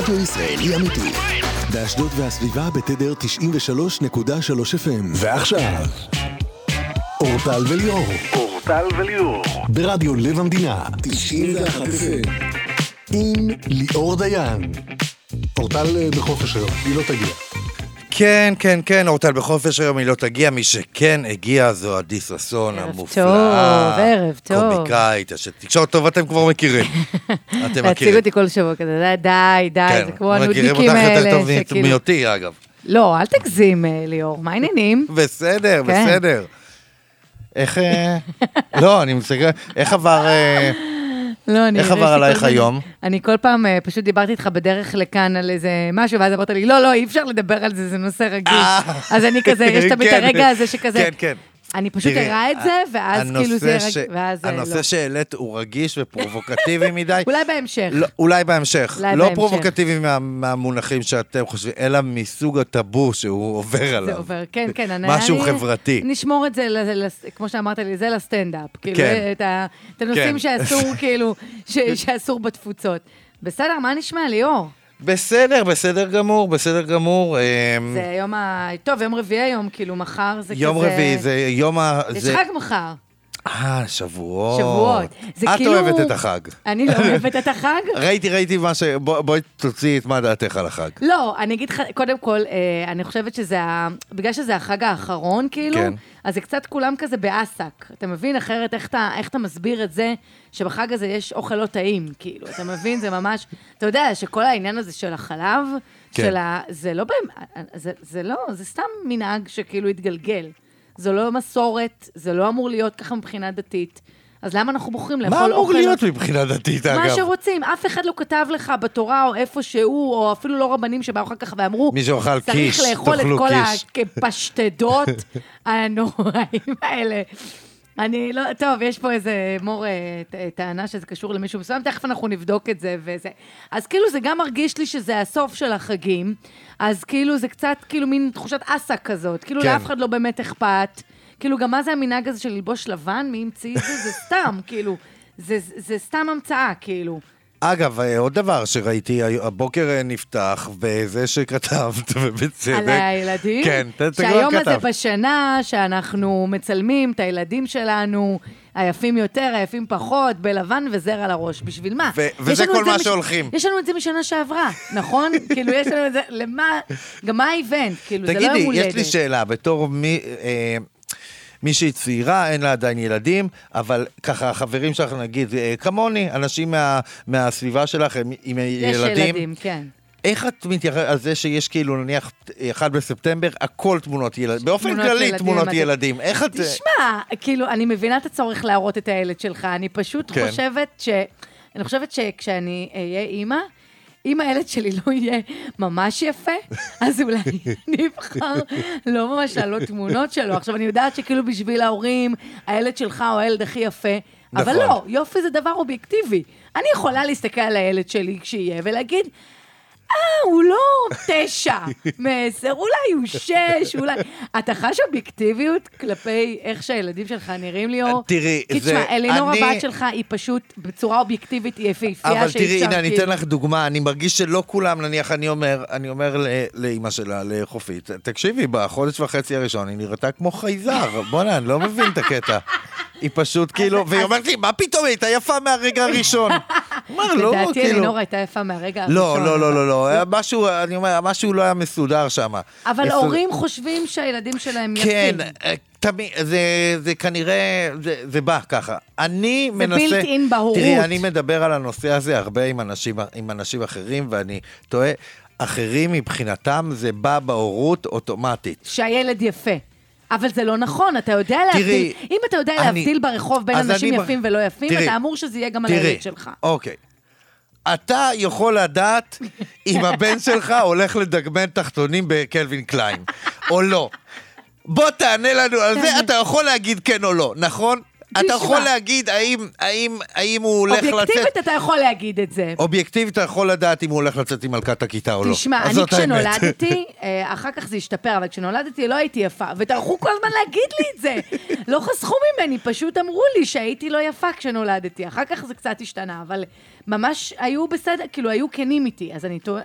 רדיו ישראלי אמיתי. באשדוד והסביבה בתדר 93.3 FM. ועכשיו, אורטל וליאור. אורטל וליאור. ברדיו לב המדינה 91 FM. עם ליאור דיין. אורטל בחופש היום, היא לא תגיע. כן, אורטל בחופש היום היא לא תגיע, מי שכן הגיע זו עדי ששון המופלאה. ערב טוב. קומיקאית, תקשורת טוב אתם כבר מכירים. אתם מכירים. להציג אותי כל שבוע כזה, די, זה כמו הנודניקים האלה. מכירים אותך יותר טוב מאותי, אגב. לא, אל תגזים, ליאור, מה העניינים? בסדר. איך, לא, אני מסתכל, איך עבר... איך עבר עלייך היום? אני כל פעם פשוט דיברתי איתך בדרך לכאן על איזה משהו, ואז אמרת לי, לא, אי אפשר לדבר על זה, זה נושא רגיש. אז אני כזה, יש תמיד הרגע הזה שכזה, אני פשוט אראה את זה, ואז כאילו זה רגיש, ואז לא. הנושא שהעלית הוא רגיש ופרובוקטיבי מדי. אולי בהמשך. לא פרובוקטיבי מהמונחים שאתם חושבים, אלא מסוג הטאבו שהוא עובר עליו. זה עובר, כן. משהו חברתי. נשמור את זה, כמו שאמרת לי, זה לסטנדאפ. כאילו, את הנושאים שאסור, כאילו, שאסור בתפוצות. בסדר, מה נשמע, ליאור? בסדר גמור. זה יום טוב, יום רביעי היום, כאילו מחר זה כזה... יום רביעי, זה יום יש חג מחר. שבועות. את אוהבת את החג. אני לא אוהבת את החג? ראיתי מה בואי תוציאי את מה דעתך על החג. לא, אני אגיד לך, קודם כל, אני חושבת שזה, בגלל שזה החג האחרון, כאילו, אז זה קצת כולם כזה בעסק. אתה מבין אחרת איך אתה מסביר את זה, שבחג הזה יש אוכל לא טעים, כאילו, אתה מבין? זה ממש, אתה יודע, שכל העניין הזה של החלב, זה לא זה סתם מנהג שכאילו התגלגל. זו לא מסורת, זה לא אמור להיות ככה מבחינה דתית. אז למה אנחנו בוחרים לאכול אוכל? מה אמור להיות מבחינה דתית, אגב? מה שרוצים. אף אחד לא כתב לך בתורה או איפה שהוא, או אפילו לא רבנים שבאו אחר כך ואמרו, מי שאוכל קיש, צריך לאכול את כל הפשטדות הנוראים האלה. אני לא, טוב, יש פה איזה טענה שזה קשור למישהו מסוים, תכף אנחנו נבדוק את זה וזה. אז כאילו זה גם מרגיש לי שזה הסוף של החגים, אז כאילו זה קצת כאילו מין תחושת עסק כזאת, כאילו לאף אחד לא באמת אכפת, כאילו גם מה זה המנהג הזה של ללבוש לבן, מי המציא את זה? זה סתם, כאילו, זה סתם המצאה, כאילו. אגב, עוד דבר שראיתי, הבוקר נפתח, וזה שכתבת, ובצדק. על הילדים? כן, שהיום הזה בשנה, שאנחנו מצלמים את הילדים שלנו, היפים יותר, היפים פחות, בלבן וזר על הראש. בשביל מה? וזה כל מה שהולכים. יש לנו את זה משנה שעברה, נכון? כאילו, יש לנו את זה, למה? גם מה האיבנט? כאילו, זה לא יום הולדת. תגידי, יש לי שאלה, בתור מישהי צעירה, אין לה עדיין ילדים, אבל ככה, החברים שלך נגיד, כמוני, אנשים מהסביבה שלך, עם ילדים. יש ילדים, כן. איך את מתייחסת על זה שיש כאילו, נניח, 1 בספטמבר, הכל תמונות ילדים, באופן כללי תמונות ילדים. איך את... תשמע, כאילו, אני מבינה את הצורך להראות את הילד שלך, אני פשוט חושבת שכשאני אהיה אימא, אם הילד שלי לא יהיה ממש יפה, אז אולי אני אבחר לא ממש לעלות תמונות שלו. עכשיו, אני יודעת שכאילו בשביל ההורים, הילד שלך הוא הילד הכי יפה, אבל לא, יופי זה דבר אובייקטיבי. אני יכולה להסתכל על הילד שלי כשיהיה ולהגיד, הוא לא 9 מ10, אולי הוא 6, אולי... אתה חש אובייקטיביות כלפי איך שהילדים שלך נראים לי, או... תראי, כי תשמע, אלינור הבת שלך היא פשוט בצורה אובייקטיבית, היא יפהפייה אבל תראי, הנה, אני אתן לך דוגמה, אני מרגיש שלא כולם, נניח, אני אומר לאמא שלה, לחופית, תקשיבי, בחודש וחצי הראשון, היא נראתה כמו חייזר, בוא'נה, אני לא מבין את הקטע. היא פשוט כאילו, והיא אומרת לי, מה פתאום, היא הייתה יפה מהרגע הראשון. לדעתי אלינור הייתה יפה מהרגע הראשון. לא, אני אומר, משהו לא היה מסודר שם. אבל הורים חושבים שהילדים שלהם יפים. כן, תמיד, זה כנראה, זה בא ככה. אני מנסה... זה בלתי-אין בהורות. תראי, אני מדבר על הנושא הזה הרבה עם אנשים אחרים, ואני טועה, אחרים מבחינתם זה בא בהורות אוטומטית. שהילד יפה. אבל זה לא נכון, אתה יודע להבדיל, אם אתה יודע להבדיל ברחוב בין אנשים יפים ולא יפים, אתה אמור שזה יהיה גם על הילד שלך. אוקיי. אתה יכול לדעת אם הבן שלך הולך לדגמן תחתונים בקלווין קליין, או לא. בוא תענה לנו על זה, אתה יכול להגיד כן או לא, נכון? אתה יכול להגיד האם הוא הולך לצאת... אובייקטיבית אתה יכול להגיד את זה. אובייקטיבית אתה יכול לדעת אם הוא הולך לצאת עם מלכת הכיתה או לא. תשמע, אני כשנולדתי, אחר כך זה השתפר, אבל כשנולדתי לא הייתי יפה, וטרחו כל הזמן להגיד לי את זה. לא חסכו ממני, פשוט אמרו לי שהייתי לא יפה כשנולדתי. אחר כך זה קצת השתנה, אבל ממש היו בסדר, כאילו היו כנים איתי, אז אני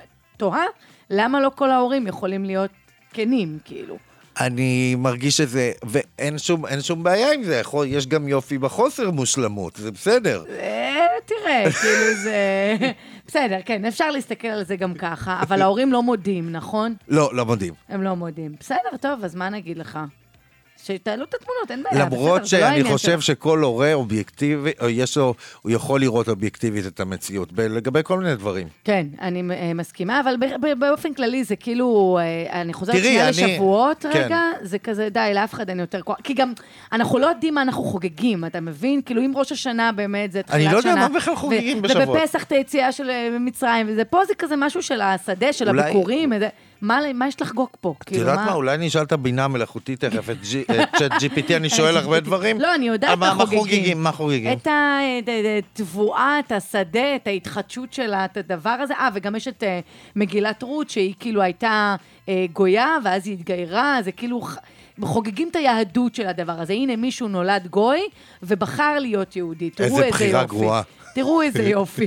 תוהה, למה לא כל ההורים יכולים להיות כנים, כאילו? אני מרגיש שזה, ואין שום בעיה עם זה, יש גם יופי בחוסר מושלמות, זה בסדר. תראה, כאילו זה... בסדר, כן, אפשר להסתכל על זה גם ככה, אבל ההורים לא מודים, נכון? לא מודים. הם לא מודים. בסדר, טוב, אז מה נגיד לך? שתעלו את התמונות, אין בעיה. למרות שאני חושב שכל הורה אובייקטיבי, הוא יכול לראות אובייקטיבית את המציאות, לגבי כל מיני דברים. כן, אני מסכימה, אבל באופן כללי זה כאילו, אני חוזרת שנייה לשבועות רגע, זה כזה, די, לאף אחד אין יותר כוח, כי גם אנחנו לא יודעים מה אנחנו חוגגים, אתה מבין? כאילו אם ראש השנה באמת זה תחילת שנה, אני לא יודע מה בכלל חוגגים בשבועות. ובפסח את היציאה של מצרים, וזה פה זה כזה משהו של השדה, של הביקורים, מה יש לחגוג פה? את יודעת מה? אולי אני אשאל את הבינה המלאכותית תכף, את צ'אט GPT, אני שואל הרבה דברים. לא, אני יודעת מה חוגגים. מה חוגגים? את התבואה, את השדה, את ההתחדשות של הדבר הזה. וגם יש את מגילת רות, שהיא כאילו הייתה גויה, ואז היא התגיירה, זה כאילו... חוגגים את היהדות של הדבר הזה. הנה מישהו נולד גוי, ובחר להיות יהודי. איזה בחירה גרועה. תראו איזה יופי.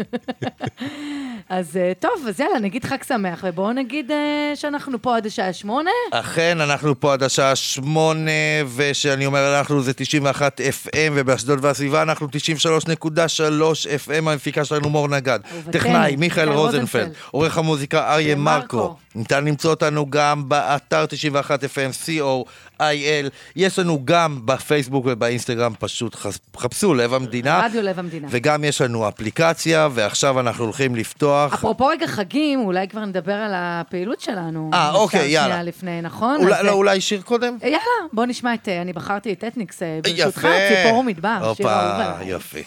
אז טוב, אז יאללה, נגיד חג שמח, ובואו נגיד שאנחנו פה עד השעה 8. אכן, אנחנו פה עד השעה 8, ושאני אומר, אנחנו זה 91 FM, ובאשדוד והסביבה אנחנו 93.3 FM, המפיקה שלנו מור נגד. טכנאי, מיכאל רוזנפלד, עורך המוזיקה אריה מרקו. ניתן למצוא אותנו גם באתר 91 FM, co.il. יש לנו גם בפייסבוק ובאינסטגרם, פשוט חפשו לב המדינה. רדיו לב המדינה. וגם יש לנו אפליקציה, ועכשיו אנחנו הולכים לפתוח. אפרופו רגע חגים, אולי כבר נדבר על הפעילות שלנו. אוקיי, יאללה. לפני, נכון? אולי שיר קודם? יאללה, בוא נשמע את, אני בחרתי את אתניקס, ברשותך, ציפור ומדבר. אופה, יופי.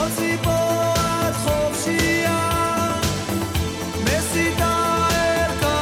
מסיתה אל קו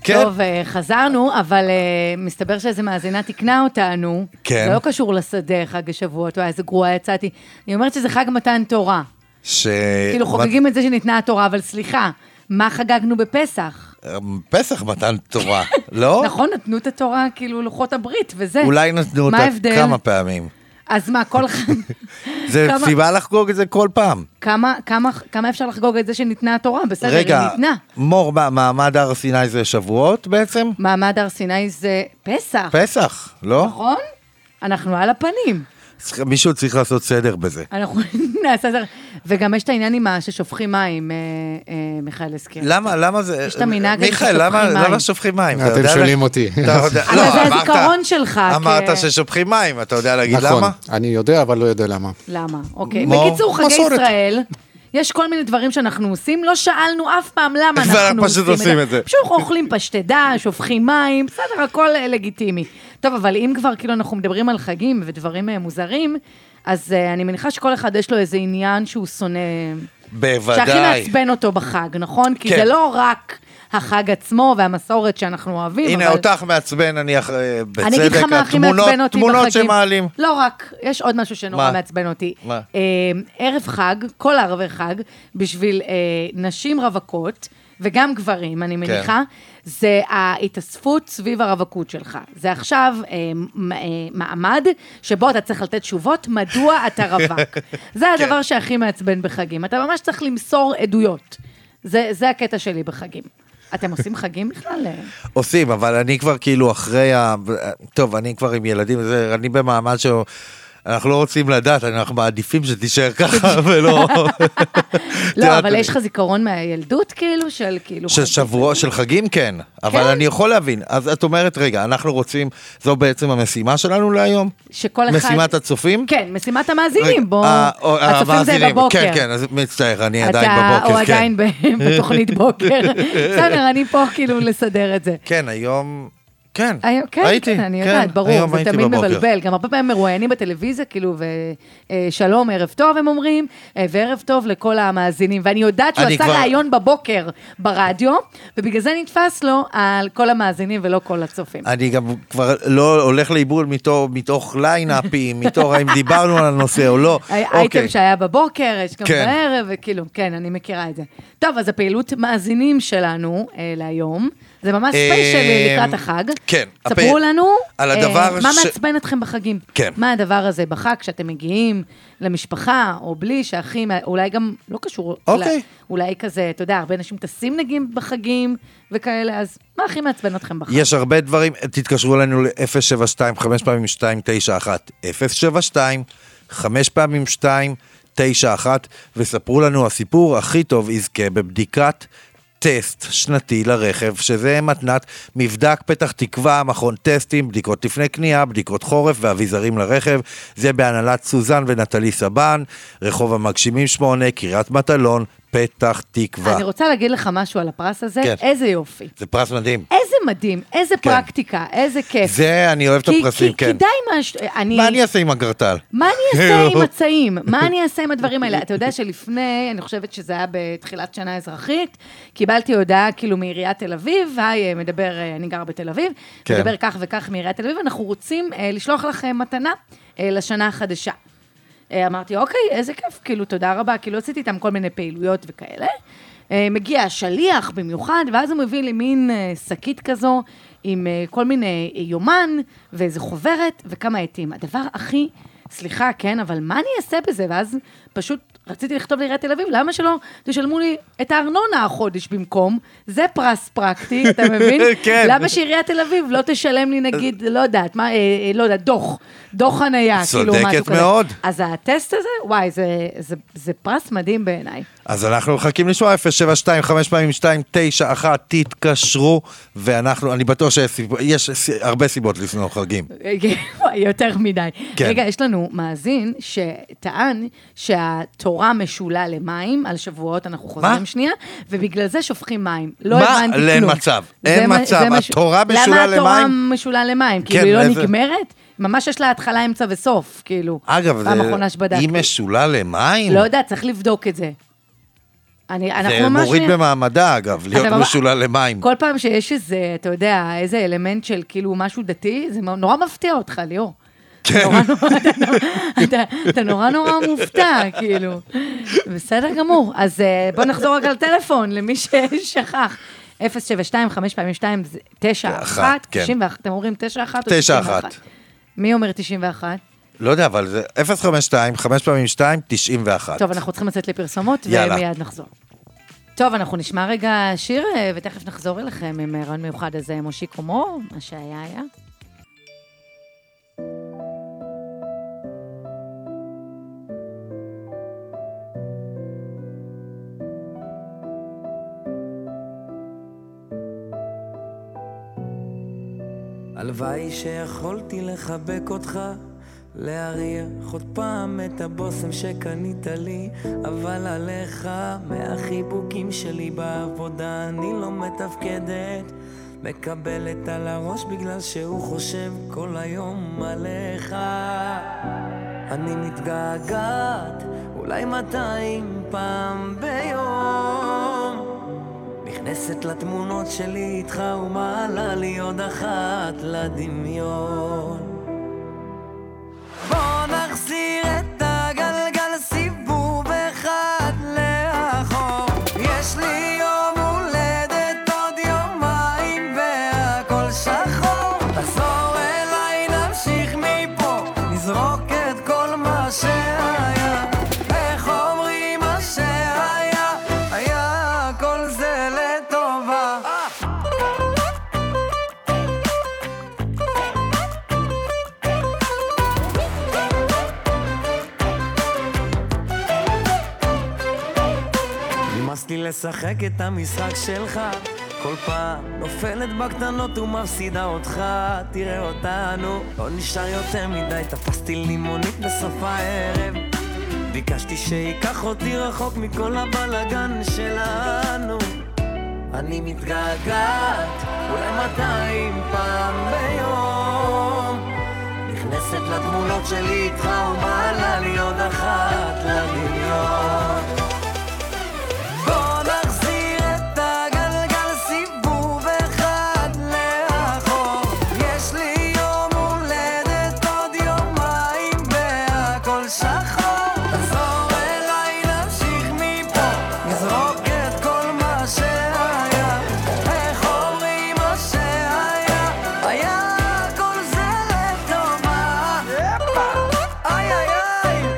כן. טוב, חזרנו, אבל מסתבר שאיזה מאזינה תקנה אותנו. כן. זה לא קשור לשדה, חג השבועות, איזה גרועה יצאתי. אני אומרת שזה חג מתן תורה. כאילו חוגגים את זה שניתנה התורה, אבל סליחה, מה חגגנו בפסח? פסח מתן תורה, לא? נכון, נתנו את התורה, כאילו לוחות הברית, וזה. אולי נתנו אותה כמה פעמים. אז מה, כל אחד... זה סיבה לחגוג את זה כל פעם. כמה אפשר לחגוג את זה שניתנה התורה? בסדר, רגע, היא ניתנה. מור, מעמד הר סיני זה שבועות בעצם? מעמד הר סיני זה פסח. פסח, לא? נכון? אנחנו על הפנים. מישהו צריך לעשות סדר בזה. אנחנו נעשה סדר. וגם יש את העניין עם ששופכים מים, מיכאל הזכיר. למה זה... יש את המנהג הזה מיכאל, למה שופכים מים? אתם שואלים אותי. אבל זה הזיכרון שלך. אמרת ששופכים מים, אתה יודע להגיד למה? נכון, אני יודע, אבל לא יודע למה. למה? אוקיי. בקיצור, חגי ישראל... יש כל מיני דברים שאנחנו עושים, לא שאלנו אף פעם למה אנחנו עושים את זה. פשוט אוכלים פשטדה, שופכים מים, בסדר, הכל לגיטימי. טוב, אבל אם כבר כאילו אנחנו מדברים על חגים ודברים מוזרים, אז אני מניחה שכל אחד יש לו איזה עניין שהוא שונא... בוודאי. שהכי מעצבן אותו בחג, נכון? כי זה לא רק החג עצמו והמסורת שאנחנו אוהבים. הנה, אותך מעצבן, אני בצדק, אני אגיד לך מה הכי מעצבן אותי בחגים. תמונות שמעלים. לא רק, יש עוד משהו שנורא מעצבן אותי. מה? ערב חג, כל ערבי חג, בשביל נשים רווקות, וגם גברים, אני מניחה, זה ההתאספות סביב הרווקות שלך. זה עכשיו מעמד שבו אתה צריך לתת תשובות, מדוע אתה רווק. זה הדבר שהכי מעצבן בחגים. אתה ממש צריך למסור עדויות. זה הקטע שלי בחגים. אתם עושים חגים בכלל? עושים, אבל אני כבר כאילו אחרי טוב, אני כבר עם ילדים, אני במעמד אנחנו לא רוצים לדעת, אנחנו מעדיפים שתישאר ככה, ולא... לא, אבל יש לך זיכרון מהילדות, כאילו, של כאילו... של שבוע, של חגים, כן. אבל אני יכול להבין. אז את אומרת, רגע, אנחנו רוצים, זו בעצם המשימה שלנו להיום? שכל אחד... משימת הצופים? כן, משימת המאזינים, בוא... הצופים זה בבוקר. כן, כן, אז מצטער, אני עדיין בבוקר, כן. או עדיין בתוכנית בוקר. בסדר, אני פה כאילו לסדר את זה. כן, היום... כן, הייתי. כן, אני יודעת, ברור, זה תמיד מבלבל. גם הרבה פעמים מרואיינים בטלוויזיה, כאילו, ושלום, ערב טוב, הם אומרים, וערב טוב לכל המאזינים. ואני יודעת שהוא עשה ראיון בבוקר ברדיו, ובגלל זה נתפס לו על כל המאזינים ולא כל הצופים. אני גם כבר לא הולך לאיבוד מתוך ליינאפים, מתוך האם דיברנו על הנושא או לא. אייטם שהיה בבוקר, יש גם בערב, וכאילו, כן, אני מכירה את זה. טוב, אז הפעילות מאזינים שלנו להיום, זה ממש ספיישל לקראת החג. כן. ספרו לנו מה מעצבן אתכם בחגים. כן. מה הדבר הזה בחג כשאתם מגיעים למשפחה, או בלי, שהכי, אולי גם לא קשור. אוקיי. אולי כזה, אתה יודע, הרבה אנשים טסים נגיד בחגים וכאלה, אז מה הכי מעצבן אתכם בחג? יש הרבה דברים, תתקשרו אלינו ל-072, 5 פעמים 291, 072, 5 פעמים 291, וספרו לנו הסיפור הכי טוב יזכה בבדיקת טסט שנתי לרכב, שזה מתנת מבדק פתח תקווה, מכון טסטים, בדיקות לפני קנייה, בדיקות חורף ואביזרים לרכב. זה בהנהלת סוזן ונטלי סבן, רחוב המגשימים 8, קריית מטלון, פתח תקווה. אני רוצה להגיד לך משהו על הפרס הזה, כן. איזה יופי. זה פרס מדהים. איזה מדהים, איזה כן. פרקטיקה, איזה כיף. זה, אני אוהב את הפרסים, כן. כי די מה אני אעשה עם הגרטל? מה אני אעשה עם הצעים? מה אני אעשה עם הדברים האלה? אתה יודע שלפני, אני חושבת שזה היה בתחילת שנה אזרחית, קיבלתי הודעה כאילו מעיריית תל אביב, מדבר, אני גר בתל אביב, כן. מדבר כך וכך מעיריית תל אביב, אנחנו רוצים לשלוח לכם מתנה לשנה החדשה. אמרתי, אוקיי, איזה כיף, כאילו, תודה רבה, כאילו, עשיתי איתם כל מיני פעילויות וכאלה. מגיע השליח במיוחד, ואז הוא מביא לי מין שקית כזו, עם כל מיני יומן, ואיזה חוברת, וכמה עטים. הדבר הכי, סליחה, כן, אבל מה אני אעשה בזה? ואז פשוט רציתי לכתוב לעיריית תל אביב, למה שלא תשלמו לי את הארנונה החודש במקום? זה פרס פרקטי, אתה מבין? כן. למה שעיריית תל אביב לא תשלם לי, נגיד, לא יודעת, מה, לא יודעת, דוח חנייה, כאילו, משהו כזה. צודקת מאוד. אז הטסט הזה, וואי, זה פרס מדהים בעיניי. אז אנחנו מחכים לשמוע 072 5 פעמים 291, תתקשרו, ואנחנו, אני בטוח שיש הרבה סיבות לפני חגים. יותר מדי. רגע, יש לנו מאזין שטען שהתורה משולה למים, על שבועות אנחנו חוזרים שנייה, ובגלל זה שופכים מים. לא הבנתי כלום. אין מצב, אין מצב, התורה משולה למים. למה התורה משולה למים? כאילו היא לא נגמרת? ממש יש לה התחלה, אמצע וסוף, כאילו. אגב, היא משולה למים? לא יודע, צריך לבדוק את זה. זה מוריד במעמדה, אגב, להיות משולל למים. כל פעם שיש איזה, אתה יודע, איזה אלמנט של כאילו משהו דתי, זה נורא מפתיע אותך, ליאור. כן. אתה נורא מופתע, כאילו. בסדר גמור. אז בוא נחזור רק על טלפון, למי ששכח. 072, 5 פעמים 2, 91, 91, אתם אומרים 91 או 91? מי אומר 91? לא יודע, אבל זה 052, 5 פעמים 2, 91. טוב, אנחנו צריכים לצאת לפרסומות, ומיד נחזור. טוב, אנחנו נשמע רגע שיר, ותכף נחזור אליכם עם רעיון מיוחד הזה, מושיקו מור, מה שהיה היה. הלוואי שיכולתי לחבק אותך, להריח עוד פעם את הבוסם שקנית לי, אבל עליך מהחיבוקים שלי בעבודה אני לא מתפקדת, מקבלת על הראש בגלל שהוא חושב כל היום עליך. אני מתגעגעת אולי 200 פעם ביום, נכנסת לתמונות שלי איתך ומעלה לי עוד אחת לדמיון. בוא נחזיר את הגלגל סיבוב אחד לאחור, יש לי יום הולדת עוד יומיים והכל שחור, תחזור אליי נמשיך מפה, נזרוק את כל מה שהיה, איך אומרים מה שהיה, היה כל זה לטובה. נמאס לי לשחק את המשחק שלך, כל פעם נופלת בקטנות ומפסידה אותך, תראה אותנו, לא נשאר יותר מדי, תפסתי לימונית בסוף הערב, ביקשתי שיקח אותי רחוק מכל הבלגן שלנו. אני מתגעגעת אולי 200 פעם ביום, נכנסת לתמונות שלי איתך ומעלה לי עוד אחת לדמיון. בוא נחזיר את הגלגל סיבוב אחד לאחור, יש לי יום הולדת עוד יומיים והכל שחור, תחזור אליי נמשיך מפה, נזרוק את כל מה שהיה, איך אומרים מה שהיה, היה כל זה לטובה. איי איי איי,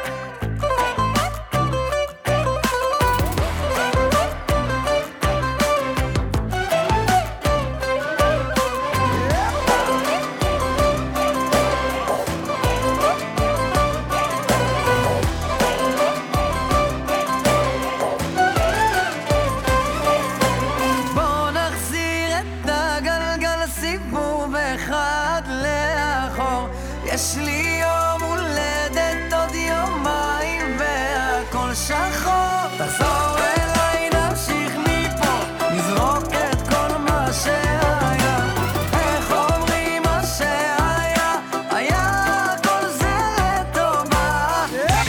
בוא נחזיר את הגלגל סיבוב אחד לאחור, יש לי יום הולדת עוד יומיים והכל שחור, תחזור אליי נמשיך מפה, נזרוק את כל מה שהיה, איך אומרים מה שהיה, היה כל זה לטובה.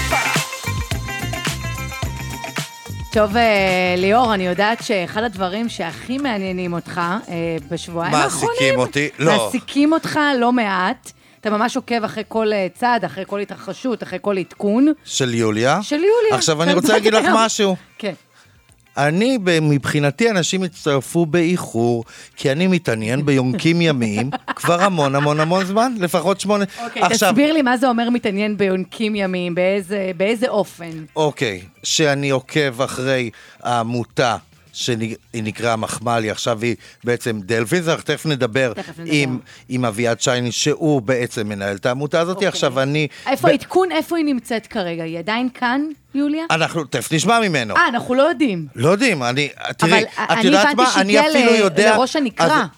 טוב, ליאור, אני יודעת שאחד הדברים שהכי מעניינים אותך בשבועיים האחרונים... מעסיקים אותי? לא. מעסיקים אותך לא מעט. אתה ממש עוקב אחרי כל צעד, אחרי כל התרחשות, אחרי כל עדכון. של יוליה? של יוליה. עכשיו אני רוצה להגיד לך משהו. כן. מבחינתי אנשים הצטרפו באיחור, כי אני מתעניין ביונקים ימיים כבר המון זמן, לפחות 8. אוקיי, תסביר לי מה זה אומר מתעניין ביונקים ימיים, באיזה אופן. אוקיי, שאני עוקב אחרי העמותה, שהיא נקרא מחמלי, עכשיו היא בעצם דלוויזר, תכף נדבר עם אביעד שייני, שהוא בעצם מנהל את העמותה הזאת, עכשיו אני... איפה העדכון, איפה היא נמצאת כרגע? היא עדיין כאן, יוליה? אנחנו תכף נשמע ממנו. אנחנו לא יודעים. לא יודעים, תראי, אבל אני הבנתי שהגיע לראש הנקרא.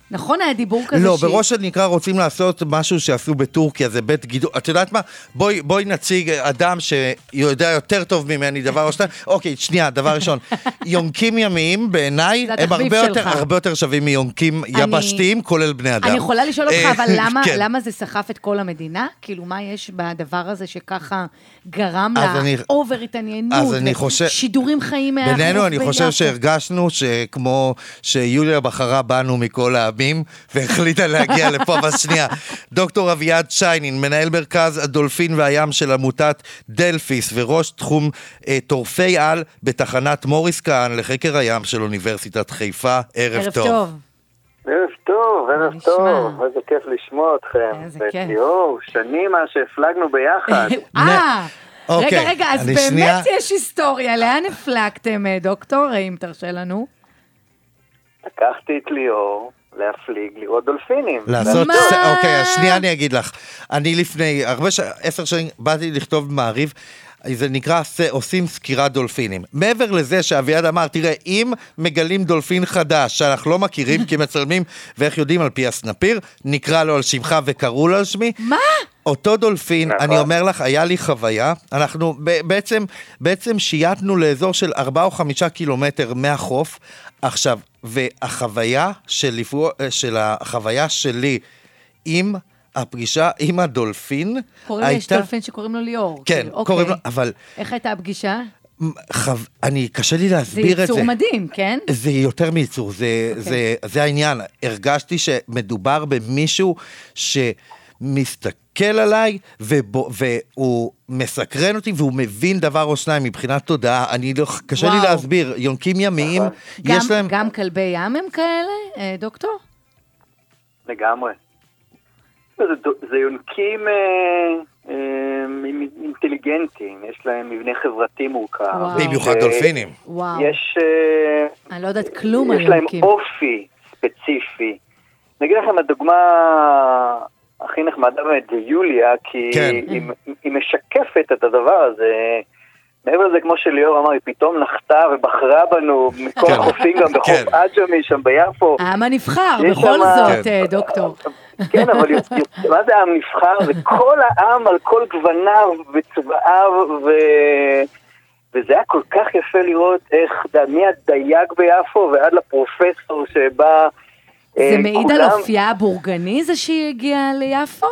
נכון, היה דיבור כזה לא, בראש הנקרא רוצים לעשות משהו שעשו בטורקיה, זה בית גידול. את יודעת מה? בואי נציג אדם שיודע יותר טוב ממני דבר או שניים. אוקיי, שנייה, דבר ראשון. יונקים ימיים בעיניי הם הרבה יותר שווים מיונקים יבשתיים, כולל בני אדם. אני יכולה לשאול אותך, אבל למה זה סחף את כל המדינה? כאילו, מה יש בדבר הזה שככה גרם לאובר התעניינות, שידורים חיים מהחוף ביפו? בינינו, אני חושב שהרגשנו שכמו שיוליה בחרה בנו מכל העמים, והחליטה להגיע לפה. אבל שנייה, דוקטור אביעד שיינין, מנהל מרכז הדולפין והים של עמותת דלפיס, וראש תחום טורפי על בתחנת מוריס כהן לחקר הים של אוניברסיטת חיפה. ערב טוב. ערב טוב, ערב טוב. איזה כיף לשמוע אתכם. איזה כיף. שנים מה שהפלגנו ביחד. רגע, אז באמת יש היסטוריה. לאן הפלגתם, דוקטור, אם תרשה לנו? לקחתי את ליאור להפליג לראות דולפינים. אוקיי, השנייה אני אגיד לך. אני לפני 10 שנים באתי לכתוב במעריב, זה נקרא עושים סקירת דולפינים. מעבר לזה שאביעד אמר, תראה, אם מגלים דולפין חדש שאנחנו לא מכירים כי מצלמים, ואיך יודעים על פי הסנפיר, נקרא לו על שמך וקראו לו על שמי. מה? אותו דולפין, אני אומר לך, היה לי חוויה, אנחנו בעצם שייתנו לאזור של 4 או 5 קילומטר מהחוף, עכשיו, והחוויה שלי עם הפגישה עם הדולפין, יש דולפין שקוראים לו ליאור. כן, קוראים לו, אבל... איך הייתה הפגישה? קשה לי להסביר את זה. זה ייצור מדהים, כן? זה יותר מייצור, זה העניין. הרגשתי שמדובר במישהו שמסתכל עליי, והוא מסקרן אותי, והוא מבין דבר או שניים מבחינת תודעה. קשה לי להסביר, יונקים ימיים, יש להם... גם כלבי ים הם כאלה, דוקטור? לגמרי. זה יונקים אינטליגנטיים, יש להם מבנה חברתי מורכב. במיוחד דולפינים. יש... אני לא יודעת כלום על יונקים. יש יונקים. להם אופי ספציפי. נגיד לכם, הדוגמה הכי נחמדה באמת זה יוליה, כי היא משקפת את הדבר הזה. מעבר לזה, כמו שליאור אמר, היא פתאום נחתה ובחרה בנו מכל החופים, גם בחוף עג'מי, שם ביפו. העם הנבחר, בכל זאת, דוקטור. כן, אבל מה זה העם נבחר? זה כל העם על כל גווניו וצבעיו, וזה היה כל כך יפה לראות איך, מהדייג ביפו ועד לפרופסור שבא... זה מעיד על אופייה הבורגני זה שהיא הגיעה ליפו?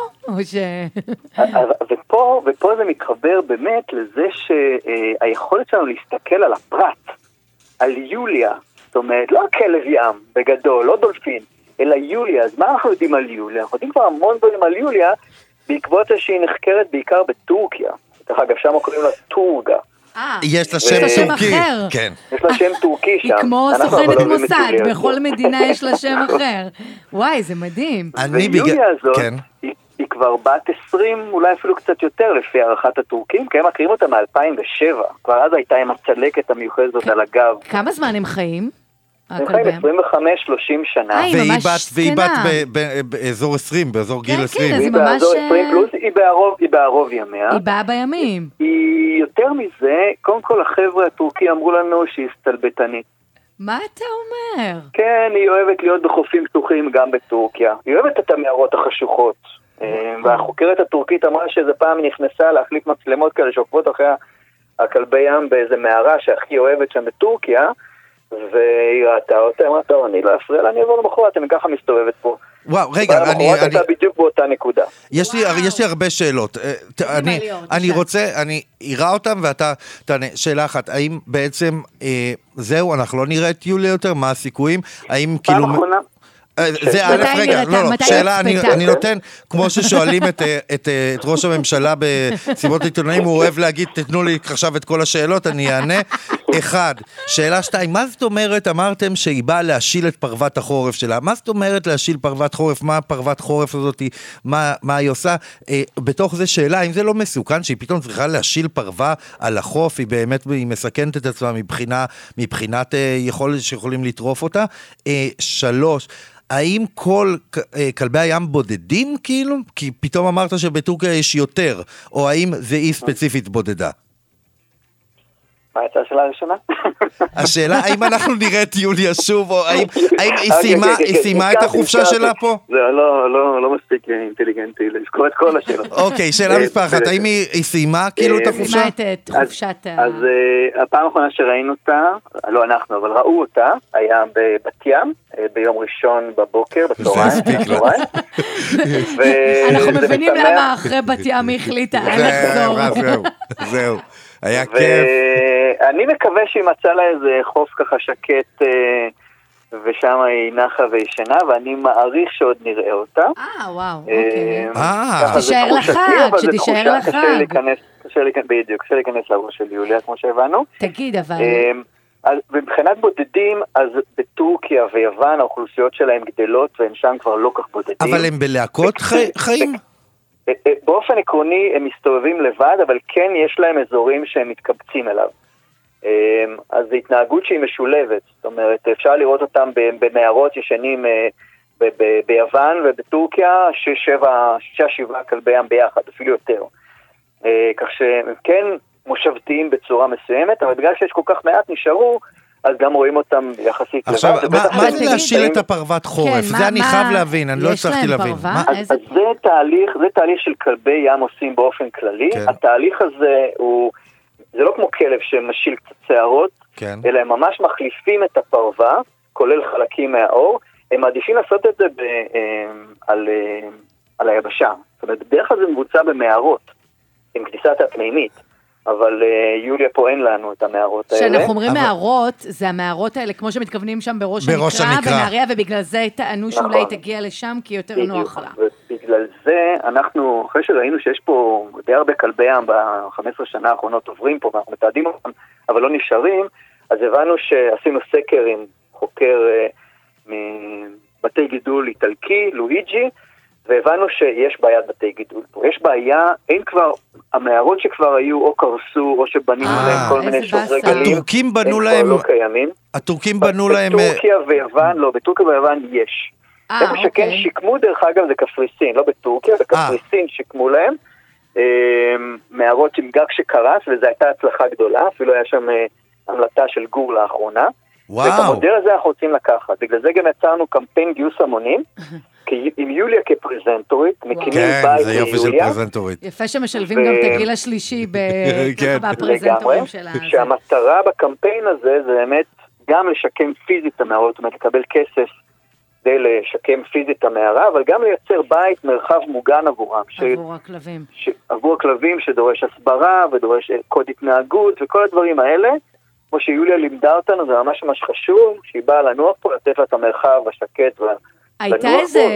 ופה זה מתחבר באמת לזה שהיכולת שלנו להסתכל על הפרט, על יוליה, זאת אומרת, לא הכלב ים בגדול, לא דולפין, אלא יוליה. אז מה אנחנו יודעים על יוליה? אנחנו יודעים כבר המון דברים על יוליה, בעקבות שהיא נחקרת בעיקר בטורקיה. דרך אגב, שם קוראים לה טורגה. יש לה שם טורקי. כן. יש לה שם טורקי שם. היא כמו סוכנת מוסד, בכל מדינה יש לה שם אחר. וואי, זה מדהים. ויוליה הזאת, היא כבר בת 20, אולי אפילו קצת יותר, לפי הערכת הטורקים, כי הם מכירים אותה מ-2007. כבר אז הייתה עם הצלקת המיוחדת על הגב. כמה זמן הם חיים? הם חיים 25-30 שנה. והיא בת באזור 20, באזור גיל 20. כן, היא באזור 20 פלוס, היא בערוב ימיה. היא באה בימים. היא יותר מזה, קודם כל החבר'ה הטורקים אמרו לנו שהיא סטלבטנית. מה אתה אומר? כן, היא אוהבת להיות בחופים פתוחים גם בטורקיה. היא אוהבת את המערות החשוכות. והחוקרת הטורקית אמרה שזה פעם היא נכנסה להחליף מצלמות כאלה שעוקבות אחרי הכלבי ים באיזה מערה שהכי אוהבת שם בטורקיה, והיא ראתה אותה, אמרה, טוב, אני לא אפריע לה, אני אעבור למחרת, אני ככה מסתובבת פה. וואו, רגע, אני הייתה בדיוק באותה נקודה. יש לי הרבה שאלות. אני רוצה, אני אראה אותם ואתה תענה. שאלה אחת, האם בעצם, זהו, אנחנו לא נראה את יוליה יותר, מה הסיכויים? האם כאילו... זה א', רגע, לא, שאלה, אני נותן, כמו ששואלים את ראש הממשלה בסיבות עיתונאים, הוא אוהב להגיד, תתנו לי עכשיו את כל השאלות, אני אענה. 1, שאלה 2, מה זאת אומרת, אמרתם שהיא באה להשיל את פרוות החורף שלה, מה זאת אומרת להשיל פרוות חורף, מה פרוות חורף הזאת, מה היא עושה, בתוך זה שאלה, אם זה לא מסוכן, שהיא פתאום צריכה להשיל פרווה על החוף, היא באמת, היא מסכנת את עצמה מבחינת שיכולים לטרוף אותה. 3, האם כל כלבי הים בודדים כאילו? כי פתאום אמרת שבטורקיה יש יותר, או האם זה אי ספציפית בודדה? מה הייתה השאלה הראשונה? השאלה, האם אנחנו נראה את יוליה שוב, או האם היא סיימה את החופשה שלה פה? זה לא מספיק אינטליגנטי לזכור את כל השאלות. אוקיי, שאלה מספר אחת, האם היא סיימה כאילו את החופשה? סיימה את חופשת אז הפעם האחרונה שראינו אותה, לא אנחנו, אבל ראו אותה, היה בבת ים, ביום ראשון בבוקר, בצהריים. אנחנו מבינים למה אחרי בת ים היא החליטה, זהו, היה כיף. ואני מקווה שהיא מצאה לה איזה חוף ככה שקט, ושם היא נחה וישנה, ואני מעריך שעוד נראה אותה. וואו, אוקיי. שתישאר לחג, שתישאר לחג. קשה להיכנס לראש של יוליה, כמו שהבנו. תגיד, אבל... אז מבחינת בודדים, אז בטורקיה ויוון האוכלוסיות שלהם גדלות, והם שם כבר לא כך בודדים. אבל הם בלהקות חיים? באופן עקרוני הם מסתובבים לבד, אבל כן יש להם אזורים שהם מתקבצים אליו. אז זו התנהגות שהיא משולבת. זאת אומרת, אפשר לראות אותם במערות ישנים ביוון ובטורקיה, 6-7 כלבי ים ביחד, אפילו יותר. כך שהם כן מושבתיים בצורה מסוימת, אבל בגלל שיש כל כך מעט נשארו, אז גם רואים אותם יחסית לבד. עכשיו, מה זה להשיל את הפרוות חורף? זה אני חייב להבין, אני לא הצלחתי להבין. אז זה תהליך של כלבי ים עושים באופן כללי. התהליך הזה הוא, זה לא כמו כלב שמשיל קצת שערות, אלא הם ממש מחליפים את הפרווה, כולל חלקים מהאור. הם מעדיפים לעשות את זה על היבשה. זאת אומרת, בדרך כלל זה מבוצע במערות, עם כניסת הפנימית. אבל יוליה פה אין לנו את המערות האלה. כשאנחנו אומרים מערות, זה המערות האלה, כמו שמתכוונים שם בראש הנקרה, בנהריה, ובגלל זה טענו שאולי תגיע לשם, כי יותר נוח לה. ובגלל זה אנחנו, אחרי שראינו שיש פה די הרבה כלבי ים ב-15 שנה האחרונות עוברים פה, ואנחנו מתעדים אותם, אבל לא נשארים, אז הבנו שעשינו סקר עם חוקר מבתי גידול איטלקי, לואיג'י, והבנו שיש בעיית בתי גידול פה. יש בעיה, אין כבר, המערות שכבר היו או קרסו, או שבנינו להם כל מיני שוברי גלים. הטורקים בנו להם... הם כבר לא קיימים. הטורקים בנו להם... בטורקיה ויוון, לא, בטורקיה ויוון יש. איפה שכן שיקמו, דרך אגב, זה קפריסין, לא בטורקיה, בקפריסין שיקמו להם. מערות עם גג שקרס, וזו הייתה הצלחה גדולה, אפילו היה שם המלטה של גור לאחרונה. ואת המודל הזה אנחנו רוצים לקחת. בגלל זה גם יצרנו קמפיין גיוס המונים, עם יוליה כפרזנטורית, מקימים בית ליוליה. יפה שמשלבים גם את הגיל השלישי בפרזנטורים שלה. שהמטרה בקמפיין הזה זה באמת גם לשקם פיזית את המערות, זאת אומרת לקבל כסף כדי לשקם פיזית את המערה, אבל גם לייצר בית, מרחב מוגן עבורם. עבור הכלבים. עבור הכלבים שדורש הסברה ודורש קוד התנהגות וכל הדברים האלה. כמו שיוליה לימדה אותנו, זה ממש ממש חשוב, שהיא באה לנוח פה, לתת לה את המרחב השקט הייתה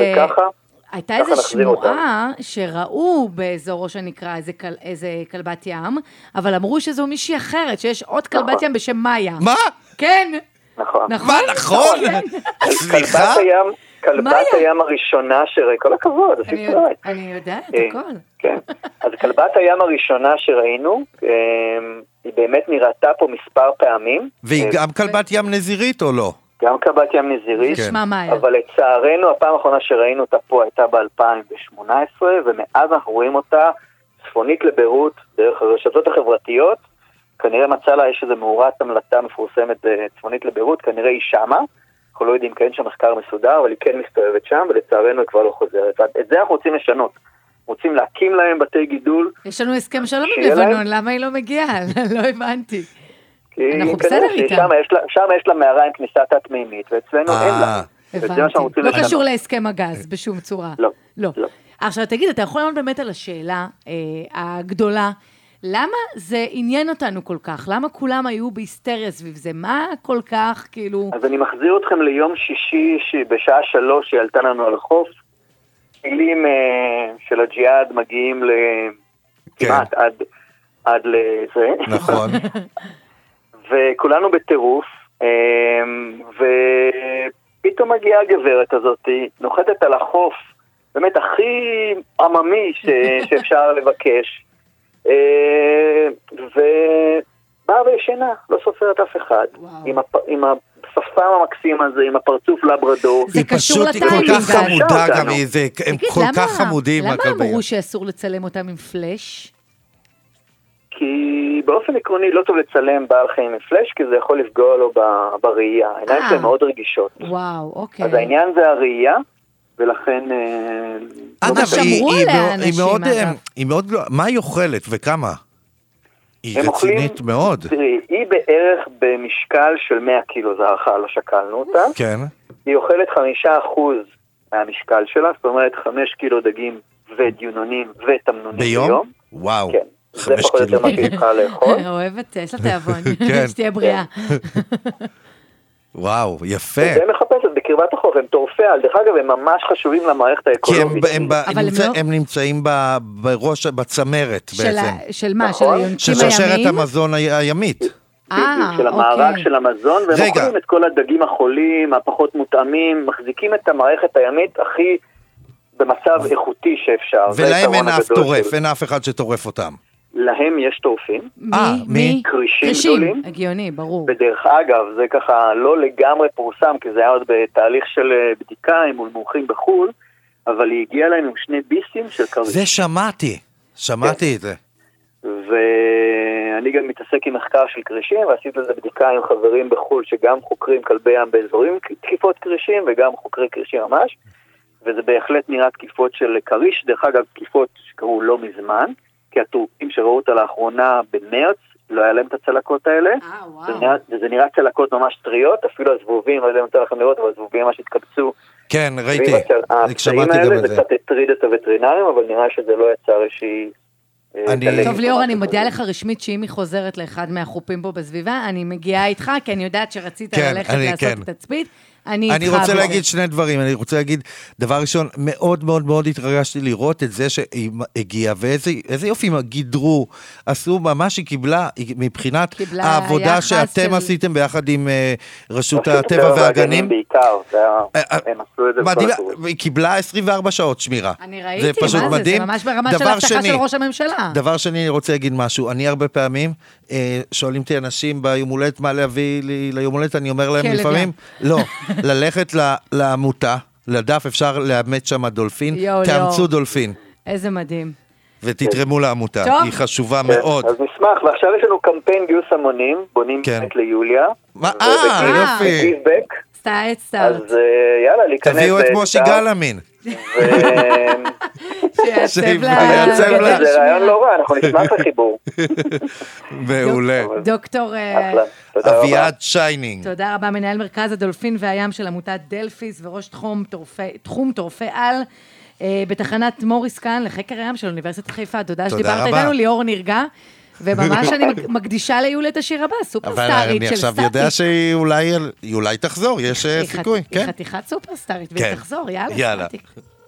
איזה שמועה שראו באזורו שנקרא איזה כלבת ים, אבל אמרו שזו מישהי אחרת, שיש עוד כלבת ים בשם מאיה. מה? כן. נכון. מה, נכון? סליחה? כלבת הים הראשונה שראי, כל הכבוד, אני יודעת, הכל. כן, אז כלבת הים הראשונה שראינו, היא באמת נראתה פה מספר פעמים. והיא גם כלבת ים נזירית או לא? גם כלבת ים נזירית, כן. אבל לצערנו הפעם האחרונה שראינו אותה פה הייתה ב-2018, ומאז אנחנו רואים אותה צפונית לביירות דרך הרשתות החברתיות, כנראה מצא לה יש איזו מאורת המלטה מפורסמת צפונית לביירות, כנראה היא שמה, אנחנו לא יודעים כאן שהמחקר מסודר, אבל היא כן מסתובבת שם, ולצערנו היא כבר לא חוזרת. את זה אנחנו רוצים לשנות. רוצים להקים להם בתי גידול. יש לנו הסכם שלום עם לבנון, למה היא לא מגיעה? לא הבנתי. אנחנו בסדר איתה. שם יש לה מערה עם כניסת התמימית, ואצלנו אין לה. הבנתי. לא קשור להסכם הגז בשום צורה. לא. עכשיו תגיד, אתה יכול לענות באמת על השאלה הגדולה, למה זה עניין אותנו כל כך? למה כולם היו בהיסטריה סביב זה? מה כל כך, כאילו... אז אני מחזיר אתכם ליום שישי, שבשעה 3 היא עלתה לנו על החוף. פעילים של הג'יהאד מגיעים כמעט עד לזה. נכון. וכולנו בטירוף, ופתאום מגיעה הגברת הזאת, נוחתת על החוף, באמת הכי עממי שאפשר לבקש, ובאה וישנה, לא סופרת אף אחד, עם השפם המקסים הזה, עם הפרצוף לברדור. זה קשור היא כל כך חמודה גם, הם כל כך חמודים. למה אמרו שאסור לצלם אותם עם פלש? כי כי באופן עקרוני לא טוב לצלם בעל חיים מפלש, כי זה יכול לפגוע לו בראייה. העיניים שלהם מאוד רגישות. וואו, אוקיי. אז העניין זה הראייה, ולכן... אגב, שמרו עליה אנשים, אגב. היא מאוד... מה היא אוכלת וכמה? היא רצינית מאוד. תראי, היא בערך במשקל של 100 קילו, זה הערכה, לא שקלנו אותה. כן. היא אוכלת 5% מהמשקל שלה, זאת אומרת 5 קילו דגים ודיונונים ותמנונים ביום. וואו. כן. זה פחות יותר מה שהיא צריכה לאכול. אוהבת, יש לה תיאבון, שתהיה בריאה. וואו, יפה. זה מחפשת בקרבת החוף, הם טורפי על, דרך אגב, הם ממש חשובים למערכת האקולוגית. כי הם נמצאים בראש, בצמרת בעצם. של מה? של היונקים הימיים? של שרשרת המזון הימית. של המארג של המזון, והם אוכלים את כל הדגים החולים, הפחות מותאמים, מחזיקים את המערכת הימית הכי במצב איכותי שאפשר. ולהם אין אף טורף, אין אף אחד שטורף אותם. להם יש טורפים. מי? קרישים גדולים. הגיוני, ברור. בדרך אגב, זה ככה לא לגמרי פורסם, כי זה היה עוד בתהליך של בדיקה עם מומחים בחול, אבל היא הגיעה להם עם 2 ביסים של קריש. זה שמעתי את זה. ואני גם מתעסק עם מחקר של קרישים, ועשיתי לזה בדיקה עם חברים בחול, שגם חוקרים כלבי ים באזורים תקיפות קרישים, וגם חוקרי קרישים ממש, וזה בהחלט נראה תקיפות של קריש, דרך אגב תקיפות שקרו לא מזמן, כי הטורקים שראו אותה לאחרונה במרץ, לא היה להם את הצלקות האלה, וזה נראה צלקות ממש טריות, אפילו הזבובים, לא יודע אם אתם לכם לראות, אבל הזבובים ממש התקבצו. כן, ראיתי, שמעתי גם את זה. זה קצת הטריד את הווטרינרים, אבל נראה שזה לא יצר איזושהי... טוב ליאור, אני מודיעה לך רשמית שאם היא חוזרת לאחד מהחופים פה בסביבה, אני מגיעה איתך, כי אני יודעת שרצית ללכת לעשות תצפית. אני רוצה להגיד 2 דברים, אני רוצה להגיד, דבר ראשון, מאוד מאוד מאוד התרגשתי לראות את זה שהיא הגיעה, ואיזה יופי הם גידרו, עשו ממש, היא קיבלה, מבחינת העבודה שאתם עשיתם ביחד עם רשות הטבע והגנים. בעיקר, הם עשו את זה בכל הטורים. היא קיבלה 24 שעות שמירה. אני ראיתי, מה זה ממש ברמה של הבטחה של ראש הממשלה. דבר שני, אני רוצה להגיד משהו, אני הרבה פעמים, שואלים אותי אנשים ביום הולדת, מה להביא לי ליום הולדת, אני אומר להם לפעמים, לא. ללכת לעמותה, לדף, אפשר לאמץ שם דולפין, תאמצו דולפין. איזה מדהים. ותתרמו לעמותה, היא חשובה מאוד. אז נשמח, ועכשיו יש לנו קמפיין גיוס המונים, בונים בית ליוליה. יופי. סטארט. אז יאללה, להיכנס. תביאו את מושי גלאמין. שיעצב לה. זה רעיון לא רע, אנחנו נשמח לחיבור. מעולה. דוקטור אביעד שיינינג. תודה רבה, מנהל מרכז הדולפין והים של עמותת דלפיס וראש תחום טורפי על בתחנת מוריס כאן לחקר הים של אוניברסיטת חיפה. תודה שדיברת איתנו, ליאור נרגע. וממש אני מקדישה ליולי את השיר הבא, סופרסטארית של סטטיק. אבל אני עכשיו יודע שהיא אולי תחזור, יש סיכוי. היא חתיכת סופרסטארית, והיא תחזור, יאללה, סטטיק.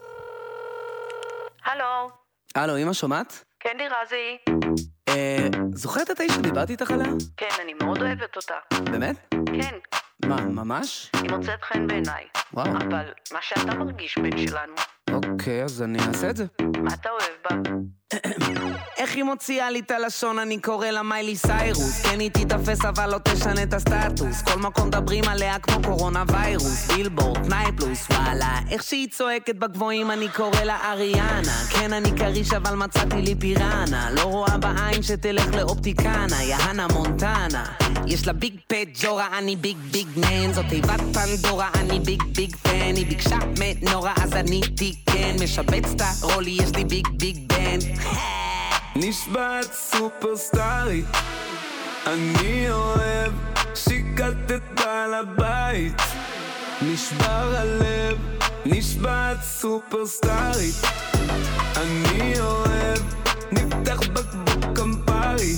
הלו, אמא שומעת? כן, רזי. זוכרת את האיש שדיברתי איתך עליה? כן, אני מאוד אוהבת אותה. באמת? כן. מה, ממש? היא מוצאת חן בעיניי. וואו. אבל מה שאתה מרגיש בין שלנו. אוקיי, אז אני אעשה את זה. מה אתה אוהב בה? איך היא מוציאה לי את הלשון, אני קורא לה מיילי סיירוס. כן היא תתאפס אבל לא תשנה את הסטטוס. כל מקום מדברים עליה כמו קורונה ויירוס. בילבורד, פנאי פלוס, וואלה. איך שהיא צועקת בגבוהים אני קורא לה אריאנה. כן אני קריש אבל מצאתי לי פיראנה. לא רואה בעין שתלך לאופטיקנה. יהנה מונטנה. יש לה ביג פט ג'ורה, אני ביג ביג מן. זאת תיבת פנדורה, אני ביג ביג פן. היא ביקשה מנורה אז אני תיקן. משבץ את הרולי, יש לי ביג ביג בן. נשבעת סופרסטארית, אני אוהב שיקת את בעל הבית. נשבר הלב, נשבעת סופרסטארית, אני אוהב נפתח בקבוק קמפרי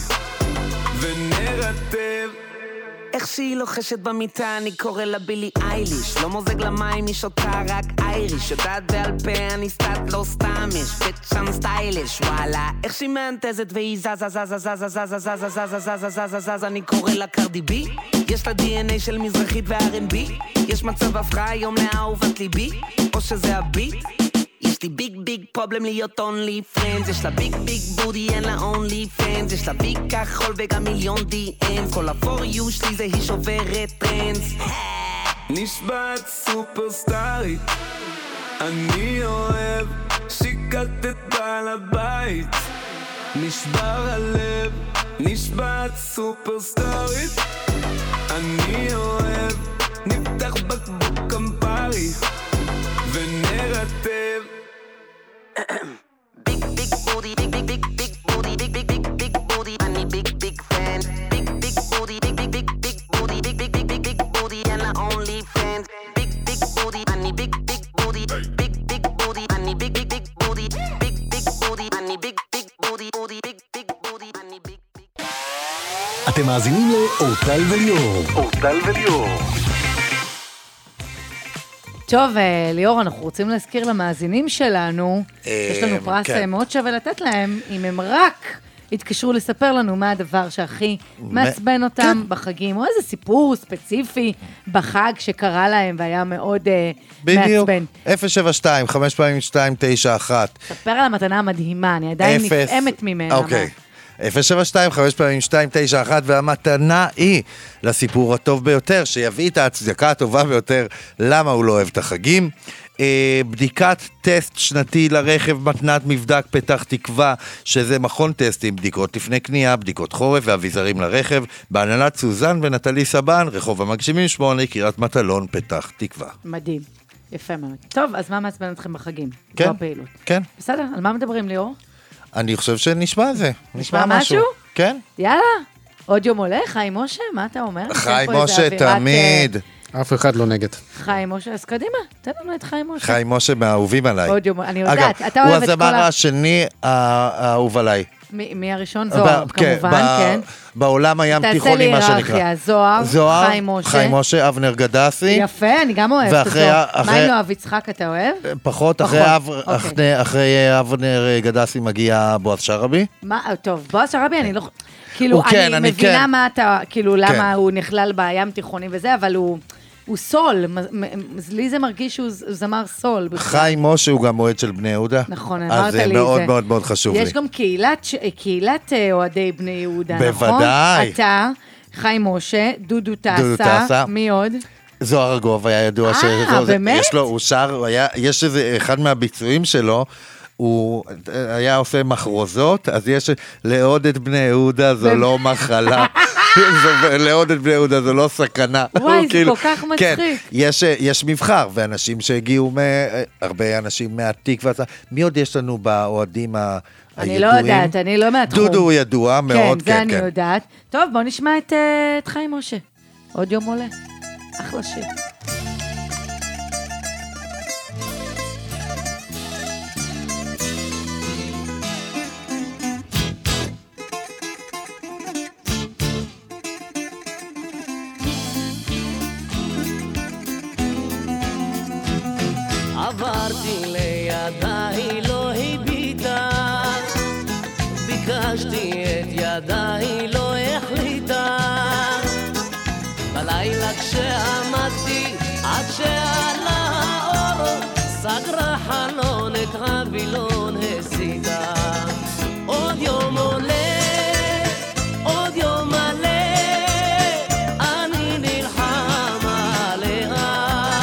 ונרטב. איך שהיא לוחשת במיטה אני קורא לה בילי אייליש. לא מוזג למים היא שותה רק אייריש. יודעת בעל פה אני סטאט לא סתם יש ביצ'ן סטייליש וואלה. איך שהיא מאנטזת והיא זזה זזה זזה זזה זזה זזה זזה זזה זזה זזה אני קורא לה קרדי בי. יש לה DNA של מזרחית ו-R&B. יש מצב הפכה היום לאהובת ליבי או שזה הביט. יש לי ביג ביג פרובלם להיות אונלי פרנדס. יש לה ביג ביג בודי אין לה אונלי פרנדס. יש לה ביג כחול וגם מיליון DMs. כל ה-for you שלי זה היא שוברת טרנדס. נשבעת סופרסטארית, אני אוהב שיקת את בעל הבית. נשבר הלב, נשבעת סופרסטארית, אני אוהב, נפתח בקבוק קמפרי ונרטב. Big booty, big booty, big booty, אני big fan. Big booty, big booty, big booty, and I only fans. Big booty, אני big booty, big booty, אני big booty, big booty, אני big booty, big booty, אני big. אתם מאזינים לאורטל וליאור. אורטל וליאור. טוב, ליאור, אנחנו רוצים להזכיר למאזינים שלנו, יש לנו פרס מאוד שווה לתת להם, אם הם רק התקשרו לספר לנו מה הדבר שהכי מעצבן אותם בחגים, או איזה סיפור ספציפי בחג שקרה להם והיה מאוד מעצבן. 072, 5 פעמים 291. ספר על המתנה המדהימה, אני עדיין נפעמת ממנה. אוקיי. 072, 5 פעמים 291, והמתנה היא לסיפור הטוב ביותר, שיביא את ההצדקה הטובה ביותר למה הוא לא אוהב את החגים. בדיקת טסט שנתי לרכב, מתנת מבדק פתח תקווה, שזה מכון טסטים, בדיקות לפני קנייה, בדיקות חורף ואביזרים לרכב, בהנהלת סוזן ונטלי סבן, רחוב המגשימים 8, קריית מטלון, פתח תקווה. מדהים, יפה מאוד. טוב, אז מה מעצבן אתכם בחגים? כן, הפעילות. כן. בסדר, על מה מדברים, ליאור? אני חושב שנשמע זה. נשמע משהו? כן. יאללה, עוד יום הולך, חיים משה, מה אתה אומר? חיים משה תמיד. אף אחד לא נגד. חיים משה, אז קדימה, תן לנו את חיים משה. חיים משה מהאהובים עליי. עוד יום, אני יודעת, אגב, אתה אוהב את כל הוא הזמר השני האהוב עליי. מי הראשון? זוהר, כמובן, כן. בעולם הים תיכוני, מה שנקרא. תעשה לי היררכיה, זוהר, חיים משה, אבנר גדסי. יפה, אני גם אוהבת אותו. מה עם יואב יצחק, אתה אוהב? פחות, אחרי אבנר גדסי מגיע בועז שרעבי. טוב, בועז שרעבי, אני לא... כאילו, אני מבינה מה אתה, כאילו, למה הוא נכלל בים תיכוני וזה, אבל הוא סול, לי זה מרגיש שהוא זמר סול. חיים משה הוא גם מועד של בני יהודה. נכון, אמרת לי את זה. אז זה מאוד מאוד מאוד חשוב לי. יש גם קהילת אוהדי בני יהודה, נכון? בוודאי. אתה, חיים משה, דודו טסה, מי עוד? זוהר ארגוב היה ידוע. באמת? יש לו, הוא שר, יש איזה אחד מהביצועים שלו, הוא היה עושה מחרוזות, אז יש לעודד בני יהודה זו לא מחלה. לעודד בני יהודה זו לא סכנה. וואי, זה כל כך מצחיק. יש מבחר, ואנשים שהגיעו, הרבה אנשים מהתקווה, מי עוד יש לנו באוהדים הידועים? אני לא יודעת, אני לא מהתחום. דודו הוא ידוע מאוד, כן, זה אני יודעת. טוב, בוא נשמע את חיים משה. עוד יום עולה. אחלה שיר. עברתי לידה, היא לא הביטה, ביקשתי את ידה, היא לא החליטה. בלילה כשעמדתי עד שעלה האור, סגרה חלון את הווילון הסיתה. עוד יום עולה, עוד יום מלא, אני נלחם עליה.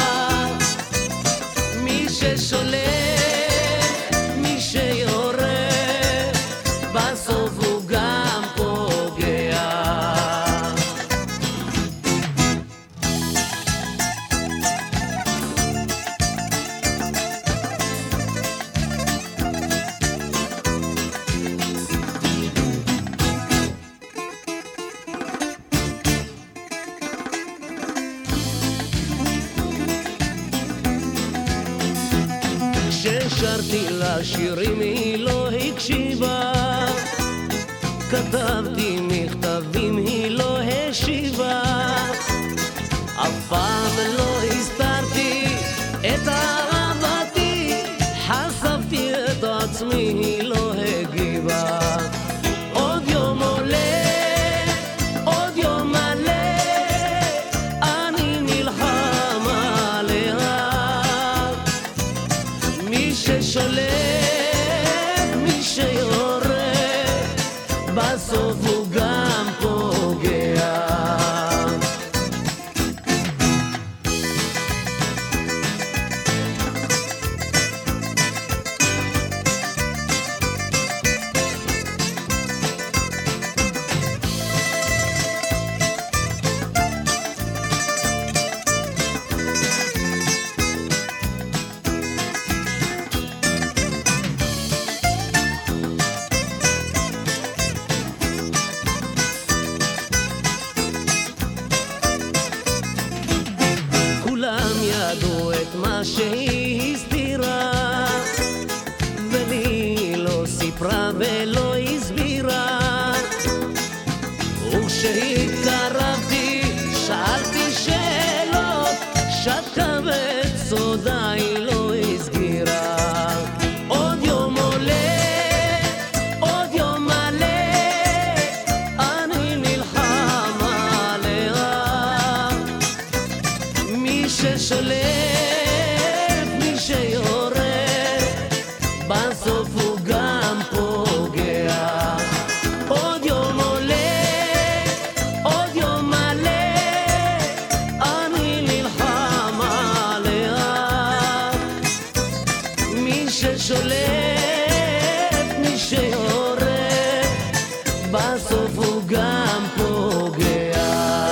מי ששולט, מי שיורה, בסוף הוא גם פוגע. כששרתי לה שירים היא לא הקשיבה, כתבתי מכתבים היא לא השיבה, אף פעם לא הסתרתי את אהבתי, חשפתי את עצמי היא לא הגיבה. עוד יום עולה, עוד יום מלא, אני נלחם עליה. מי ששולט, מי שיורה, בסוף הוא גם פוגע. מה שהיא הסתירה, ולי לא סיפרה ולא הסבירה. וכשהתקרבתי שאלתי שאלות, שתקה וסודה היא לא הסגירה. עוד יום עולה, עוד יום מלא, אני נלחם עליה. מי ששולף, מי שיורד, בסוף הוא גם פוגע. עוד יום עולה, עוד יום מלא, אני נלחם עליה. מי ששולף, מי שיורד, בסוף הוא גם פוגע.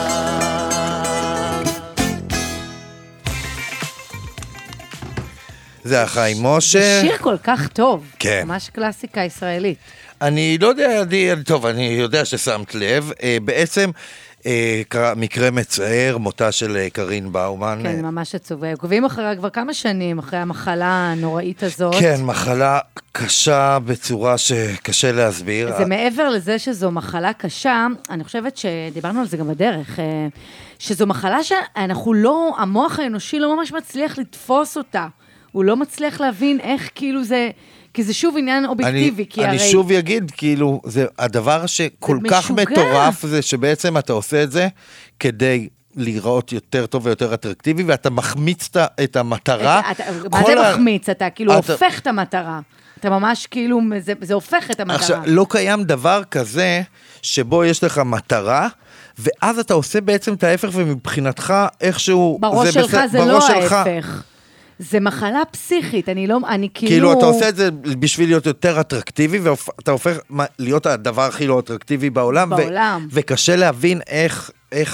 זה החיים משה. שיר כל כך טוב. כן. ממש קלאסיקה ישראלית. אני לא יודע, טוב, אני יודע ששמת לב, בעצם קרה מקרה מצער, מותה של קרין באומן. כן, ממש עצוב. עוקבים אחריה כבר כמה שנים, אחרי המחלה הנוראית הזאת. כן, מחלה קשה בצורה שקשה להסביר. זה מעבר לזה שזו מחלה קשה, אני חושבת שדיברנו על זה גם בדרך, שזו מחלה שאנחנו לא, המוח האנושי לא ממש מצליח לתפוס אותה. הוא לא מצליח להבין איך כאילו זה, כי זה שוב עניין אובייקטיבי, כי הרי... אני שוב אגיד, כאילו, זה הדבר שכל כך מטורף זה שבעצם אתה עושה את זה כדי לראות יותר טוב ויותר אטרקטיבי, ואתה מחמיץ את המטרה. מה זה מחמיץ? אתה כאילו הופך את המטרה. אתה ממש כאילו, זה הופך את המטרה. עכשיו, לא קיים דבר כזה שבו יש לך מטרה, ואז אתה עושה בעצם את ההפך, ומבחינתך איכשהו... בראש שלך זה לא ההפך. זה מחלה פסיכית, אני כאילו... כאילו, אתה עושה את זה בשביל להיות יותר אטרקטיבי, ואתה הופך להיות הדבר הכי לא אטרקטיבי בעולם. וקשה להבין איך...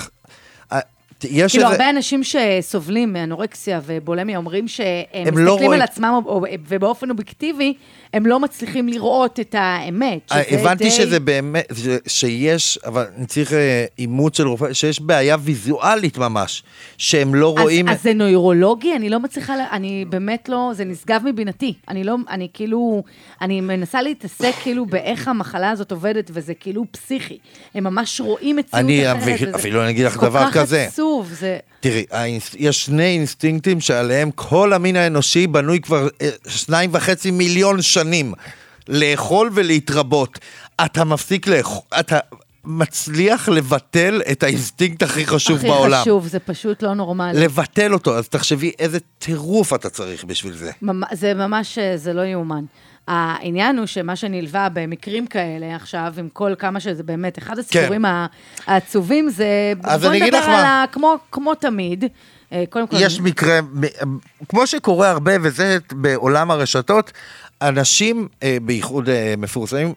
כאילו, הרבה אנשים שסובלים מאנורקסיה ובולמיה אומרים שהם מסתכלים על עצמם, ובאופן אובייקטיבי, הם לא מצליחים לראות את האמת. הבנתי שזה באמת, שיש, אבל אני צריך אימות של רופא, שיש בעיה ויזואלית ממש, שהם לא רואים... אז זה נוירולוגי? אני לא מצליחה, אני באמת לא, זה נשגב מבינתי. אני כאילו, אני מנסה להתעסק כאילו באיך המחלה הזאת עובדת, וזה כאילו פסיכי. הם ממש רואים מציאות אחרת. אני אפילו לא אגיד לך דבר כזה. כל כך עצוב, זה... תראי, יש שני אינסטינקטים שעליהם כל המין האנושי בנוי כבר 2.5 מיליון שנים. לאכול ולהתרבות. אתה מפסיק לאכול, אתה מצליח לבטל את האינסטינקט הכי חשוב בעולם. הכי חשוב, זה פשוט לא נורמלי. לבטל אותו, אז תחשבי איזה טירוף אתה צריך בשביל זה. זה ממש, זה לא יאומן. העניין הוא שמה שנלווה במקרים כאלה עכשיו, עם כל כמה שזה באמת, אחד הסיפורים העצובים זה, בוא נדבר על כמו תמיד, קודם כל... יש מקרה, כמו שקורה הרבה, וזה בעולם הרשתות, אנשים, בייחוד מפורסמים,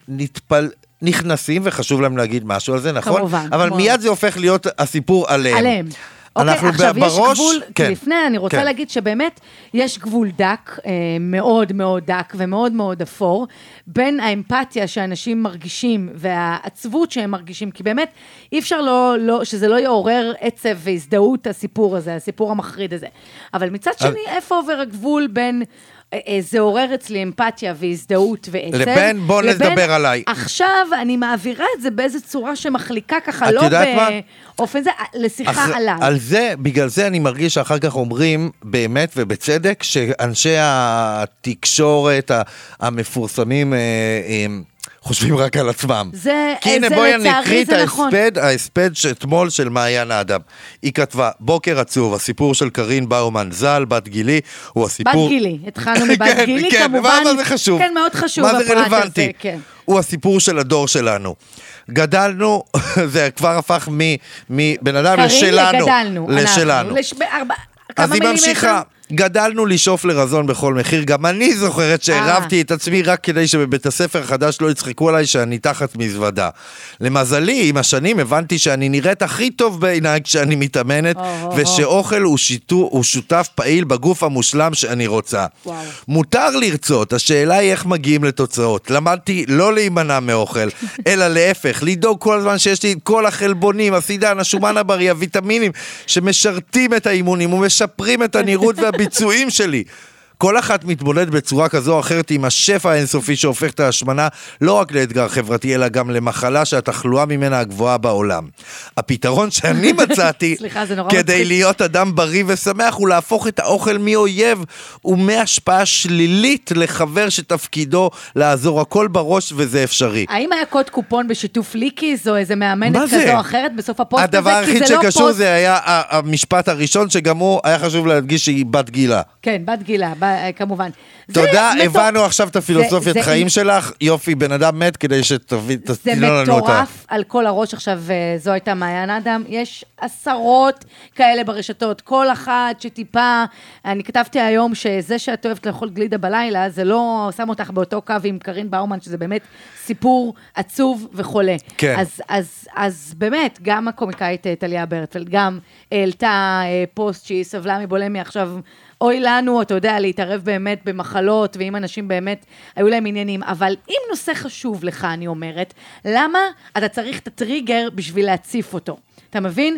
נכנסים, וחשוב להם להגיד משהו על זה, נכון? כמובן. אבל מיד זה הופך להיות הסיפור עליהם. עליהם. אוקיי, עכשיו יש גבול, כי לפני אני רוצה להגיד שבאמת יש גבול דק, מאוד מאוד דק ומאוד מאוד אפור, בין האמפתיה שאנשים מרגישים והעצבות שהם מרגישים, כי באמת אי אפשר שזה לא יעורר עצב והזדהות הסיפור הזה, הסיפור המחריד הזה. אבל מצד שני, איפה עובר הגבול בין... זה עורר אצלי אמפתיה והזדהות ועצב. לבין, בוא נדבר עליי. עכשיו אני מעבירה את זה באיזו צורה שמחליקה ככה, לא באופן זה, לשיחה עליי. על זה, בגלל זה אני מרגיש שאחר כך אומרים, באמת ובצדק, שאנשי התקשורת המפורסמים, חושבים רק על עצמם. כי הנה בואי נקריא את ההספד שאתמול של מעיין האדם. היא כתבה, בוקר עצוב, הסיפור של קרין באומן ז"ל, בת גילי, הוא הסיפור... בת גילי, התחלנו מבת גילי, כמובן... מה זה חשוב? כן, מאוד חשוב. מה זה רלוונטי? הוא הסיפור של הדור שלנו. גדלנו, זה כבר הפך מבן אדם לשלנו. לשלנו. אז היא ממשיכה. גדלנו לשאוף לרזון בכל מחיר, גם אני זוכרת שהרבתי את עצמי רק כדי שבבית הספר החדש לא יצחקו עליי שאני תחת מזוודה. למזלי, עם השנים הבנתי שאני נראית הכי טוב בעיניי כשאני מתאמנת, ושאוכל הוא שותף פעיל בגוף המושלם שאני רוצה. מותר לרצות, השאלה היא איך מגיעים לתוצאות. למדתי לא להימנע מאוכל, אלא להפך, לדאוג כל הזמן שיש לי כל החלבונים, הסידן, השומן הבריא, הוויטמינים, שמשרתים את האימונים ומשפרים את הנראות הביצועים שלי. כל אחת מתמודד בצורה כזו או אחרת עם השפע האינסופי שהופך את ההשמנה לא רק לאתגר חברתי, אלא גם למחלה שהתחלואה ממנה הגבוהה בעולם. הפתרון שאני מצאתי כדי להיות אדם בריא ושמח הוא להפוך את האוכל מאויב ומהשפעה שלילית לחבר שתפקידו לעזור, הכל בראש וזה אפשרי. האם היה קוד קופון בשיתוף ליקיז או איזה מאמנת כזו או אחרת בסוף הפוסט הזה? הדבר היחיד שקשור זה היה המשפט הראשון שגם הוא היה חשוב להדגיש שהיא בת גילה. כן, בת גילה. כמובן. תודה, הבנו עכשיו את הפילוסופיית חיים שלך, יופי, בן אדם מת כדי שתתנו לנו אותה. זה מטורף על כל הראש עכשיו, זו הייתה מעיין אדם, יש עשרות כאלה ברשתות, כל אחת שטיפה, אני כתבתי היום שזה שאת אוהבת לאכול גלידה בלילה, זה לא שם אותך באותו קו עם קרין באומן, שזה באמת סיפור עצוב וחולה. כן. אז באמת, גם הקומיקאית טליה ברטפלד, גם העלתה פוסט שהיא סבלה מבולמיה עכשיו, אוי לנו, אתה יודע, להתערב באמת במחלות, ואם אנשים באמת היו להם עניינים, אבל אם נושא חשוב לך, אני אומרת, למה אתה צריך את הטריגר בשביל להציף אותו? אתה מבין?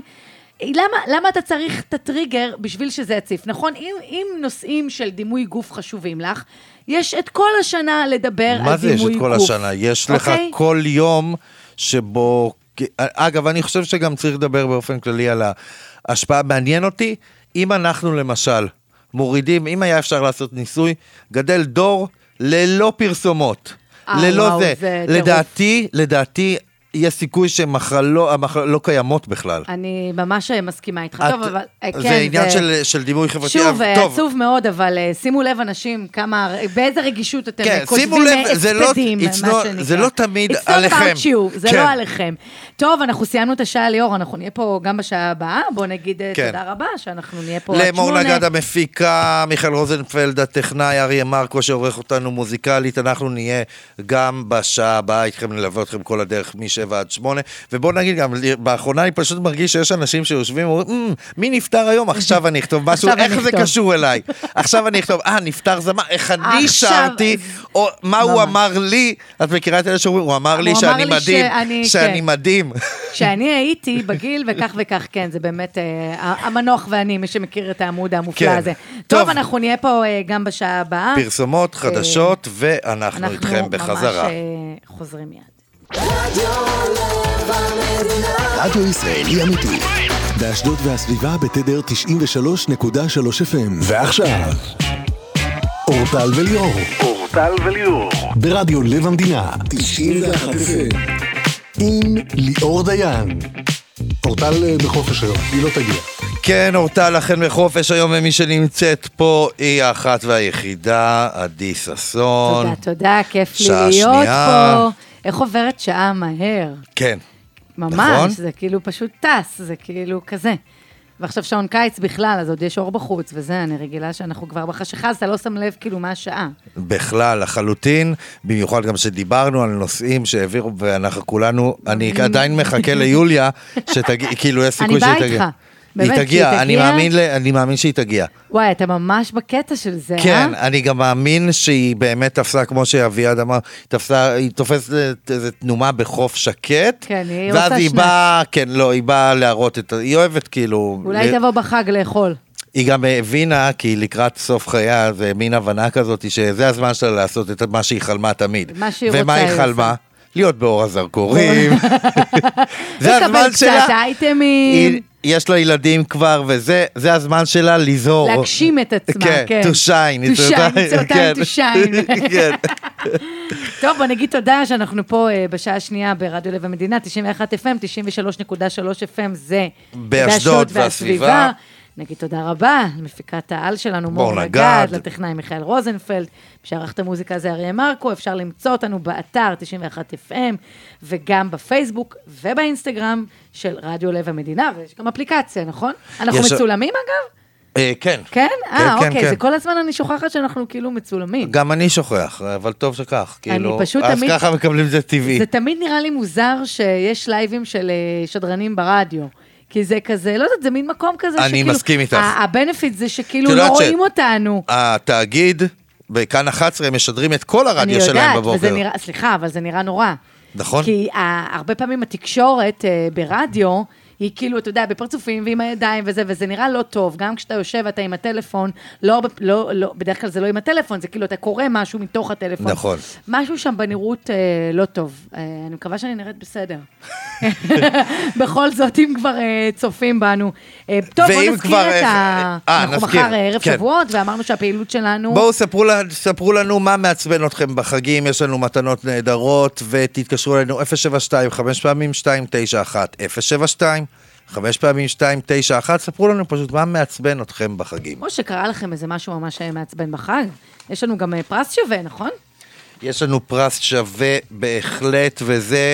למה אתה צריך את הטריגר בשביל שזה יציף? נכון, אם נושאים של דימוי גוף חשובים לך, יש את כל השנה לדבר על דימוי גוף. מה זה יש את כל השנה? יש לך כל יום שבו... אגב, אני חושב שגם צריך לדבר באופן כללי על ההשפעה. מעניין אותי, אם אנחנו למשל... מורידים, אם היה אפשר לעשות ניסוי, גדל דור ללא פרסומות. ללא זה. לדעתי, יש סיכוי שמחלות לא קיימות בכלל. אני ממש מסכימה איתך. טוב, אבל... זה עניין של דימוי חברתי. שוב, עצוב מאוד, אבל שימו לב אנשים, באיזה רגישות אתם כותבים אספדים, מה שנקרא. זה לא תמיד עליכם. זה לא עליכם. טוב, אנחנו סיימנו את השעה ליאור, אנחנו נהיה פה גם בשעה הבאה, בוא נגיד תודה רבה, שאנחנו נהיה פה עד 8. לאמור נגד המפיקה, מיכאל רוזנפלד, הטכנאי, אריה מרקו, שעורך אותנו מוזיקלית, אנחנו נהיה גם בשעה הבאה, איתכם נלווה אתכם כל הדרך מ7 עד 8, ובוא נגיד גם, באחרונה אני פשוט מרגיש שיש אנשים שיושבים ואומרים, מי נפטר היום? עכשיו אני אכתוב משהו, איך זה קשור אליי? עכשיו אני אכתוב, נפטר זמה, איך אני שרתי, או מה הוא אמר לי, את מכירה את אלה שאומרים, הוא אמר לי שאני מדהים. כשאני הייתי בגיל וכך וכך, כן, זה באמת המנוח ואני, מי שמכיר את העמוד המופלא הזה. טוב, אנחנו נהיה פה גם בשעה הבאה. פרסומות חדשות, ואנחנו איתכם בחזרה. אנחנו ממש חוזרים מיד. רדיו ישראלי אמיתי. באשדוד והסביבה בתדר 93.3 FM. ועכשיו, אורטל וליאור. ברדיו לב המדינה 91 FM. עם ליאור דיין. אורטל בחופש היום, היא לא תגיע. כן, אורטל לכן בחופש היום, ומי שנמצאת פה היא האחת והיחידה, עדי ששון. תודה, כיף לי להיות פה. איך עוברת שעה מהר? כן. ממש, נכון? זה כאילו פשוט טס, זה כאילו כזה. ועכשיו שעון קיץ בכלל, אז עוד יש אור בחוץ, וזה, אני רגילה שאנחנו כבר בחשיכה, אז אתה לא שם לב כאילו מה השעה. בכלל, לחלוטין, במיוחד גם שדיברנו על נושאים שהעבירו, ואנחנו כולנו, אני עדיין מחכה ליוליה, כאילו יש סיכוי שהיא תגיע. אני באה איתך. היא תגיע, אני מאמין שהיא תגיע. וואי, אתה ממש בקטע של זה, כן, אני גם מאמין שהיא באמת תפסה, כמו שאביעד אמר, היא תופסת איזו תנומה בחוף שקט. כן, היא רוצה ואז היא באה להראות את... היא אוהבת כאילו... אולי תבוא בחג לאכול. היא גם הבינה, כי לקראת סוף חייה, זה מין הבנה כזאת, שזה הזמן שלה לעשות את מה שהיא חלמה תמיד. מה שהיא רוצה. ומה היא חלמה? להיות באור הזרקורים. זה הזמן שלה. לקבל קצת אייטמים. יש לה ילדים כבר, וזה הזמן שלה לזהור. להגשים את עצמה, כן. to shine. to shine. טוב, בוא נגיד תודה שאנחנו פה בשעה השנייה ברדיו לב המדינה, 91 FM, 93.3 FM, זה באשדוד והסביבה. נגיד תודה רבה, למפיקת העל שלנו, מור נגד, לטכנאי מיכאל רוזנפלד, שערך את המוזיקה הזה אריה מרקו, אפשר למצוא אותנו באתר 91 FM, וגם בפייסבוק ובאינסטגרם של רדיו לב המדינה, ויש גם אפליקציה, נכון? אנחנו מצולמים אגב? כן. כן? אוקיי, זה כל הזמן אני שוכחת שאנחנו כאילו מצולמים. גם אני שוכח, אבל טוב שכך, כאילו, אז ככה מקבלים את זה טבעי. זה תמיד נראה לי מוזר שיש לייבים של שדרנים ברדיו. כי זה כזה, לא יודעת, זה מין מקום כזה שכאילו... אני מסכים איתך. הבנפיט זה שכאילו לא רואים אותנו. התאגיד, בכאן 11, הם משדרים את כל הרדיו שלהם בבוקר. אני יודעת, סליחה, אבל זה נראה נורא. נכון. כי הרבה פעמים התקשורת ברדיו, היא כאילו, אתה יודע, בפרצופים ועם הידיים וזה נראה לא טוב, גם כשאתה יושב, אתה עם הטלפון, בדרך כלל זה לא עם הטלפון, זה כאילו, אתה קורא משהו מתוך הטלפון. נכון. משהו שם בנראות לא טוב. אני מקווה שאני נראית בסדר. בכל זאת, אם כבר צופים בנו. טוב, בואו נזכיר את אנחנו מחר ערב שבועות, ואמרנו שהפעילות שלנו... בואו ספרו לנו מה מעצבן אתכם בחגים, יש לנו מתנות נהדרות, ותתקשרו אלינו 072, 5 פעמים 291, 072, 5 פעמים 291, ספרו לנו פשוט מה מעצבן אתכם בחגים. או שקרה לכם איזה משהו ממש מעצבן בחג, יש לנו גם פרס שווה, נכון? יש לנו פרס שווה בהחלט, וזה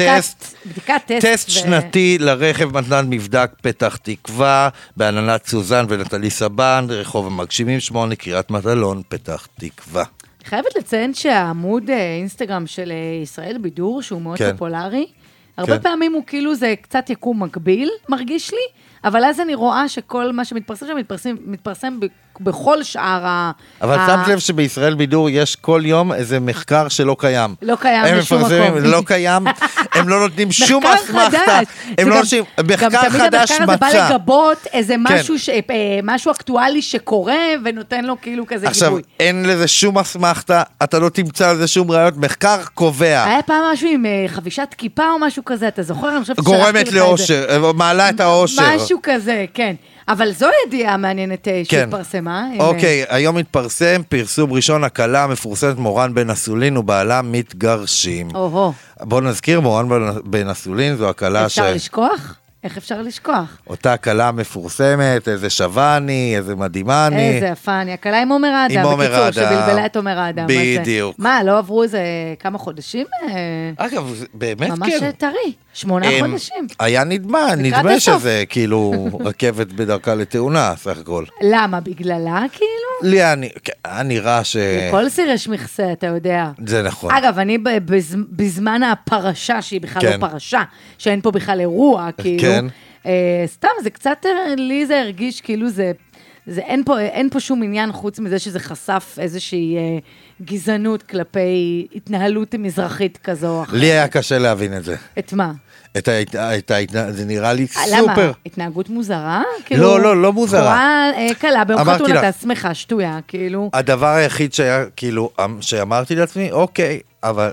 טסט שנתי לרכב מתנת מבדק פתח תקווה, בעננת סוזן ונטלי סבן, רחוב המגשימים 8, קריית מטלון, פתח תקווה. חייבת לציין שהעמוד אינסטגרם של ישראל בידור, שהוא מאוד פופולרי, הרבה פעמים הוא כאילו זה קצת יקום מקביל, מרגיש לי, אבל אז אני רואה שכל מה שמתפרסם שם מתפרסם בכל שאר אבל שמת לב שבישראל בידור יש כל יום איזה מחקר שלא קיים. לא קיים בשום מקום. לא קיים, הם לא נותנים שום אסמכתה. הם לא נותנים, מחקר חדש מצא. זה בא לגבות איזה משהו אקטואלי שקורה, ונותן לו כאילו כזה גיבוי. עכשיו, אין לזה שום אסמכתה, אתה לא תמצא על זה שום ראיות, מחקר קובע. היה פעם משהו עם חבישת כיפה או משהו כזה, אתה זוכר? גורמת לאושר, מעלה את האושר. משהו כזה, כן. אבל זו ידיעה מעניינת שהתפרסמה. אוקיי, היום התפרסם פרסום ראשון, הקלה מפורסמת מורן בן אסולין ובעלה מתגרשים. בואו נזכיר, מורן בן אסולין זו הקלה אפשר לשכוח? איך אפשר לשכוח? אותה הקלה מפורסמת, איזה שבני, איזה מדהימני. איזה יפני, הקלה עם עומר אדם. עם עומר אדם. בקיצור, שבלבלה את עומר אדם. בדיוק. מה, לא עברו איזה כמה חודשים? אגב, באמת כן. ממש טרי, 8 חודשים. היה נדמה שזה כאילו רכבת בדרכה לתאונה, סך הכל. למה? בגללה כאילו? לי היה נראה ש... לכל סיר יש מכסה, אתה יודע. זה נכון. אגב, אני בזמן הפרשה, שהיא בכלל לא פרשה, שאין פה בכלל אירוע, כאילו, סתם, זה קצת, לי זה הרגיש כאילו אין פה שום עניין חוץ מזה שזה חשף איזושהי גזענות כלפי התנהלות מזרחית כזו או אחרת. לי היה קשה להבין את זה. את מה? זה נראה לי סופר. למה? התנהגות מוזרה? לא מוזרה. קורה קלה, ביום חתונה, אתה שמחה, שטויה, כאילו. הדבר היחיד שהיה, כאילו, שאמרתי לעצמי, אוקיי, אבל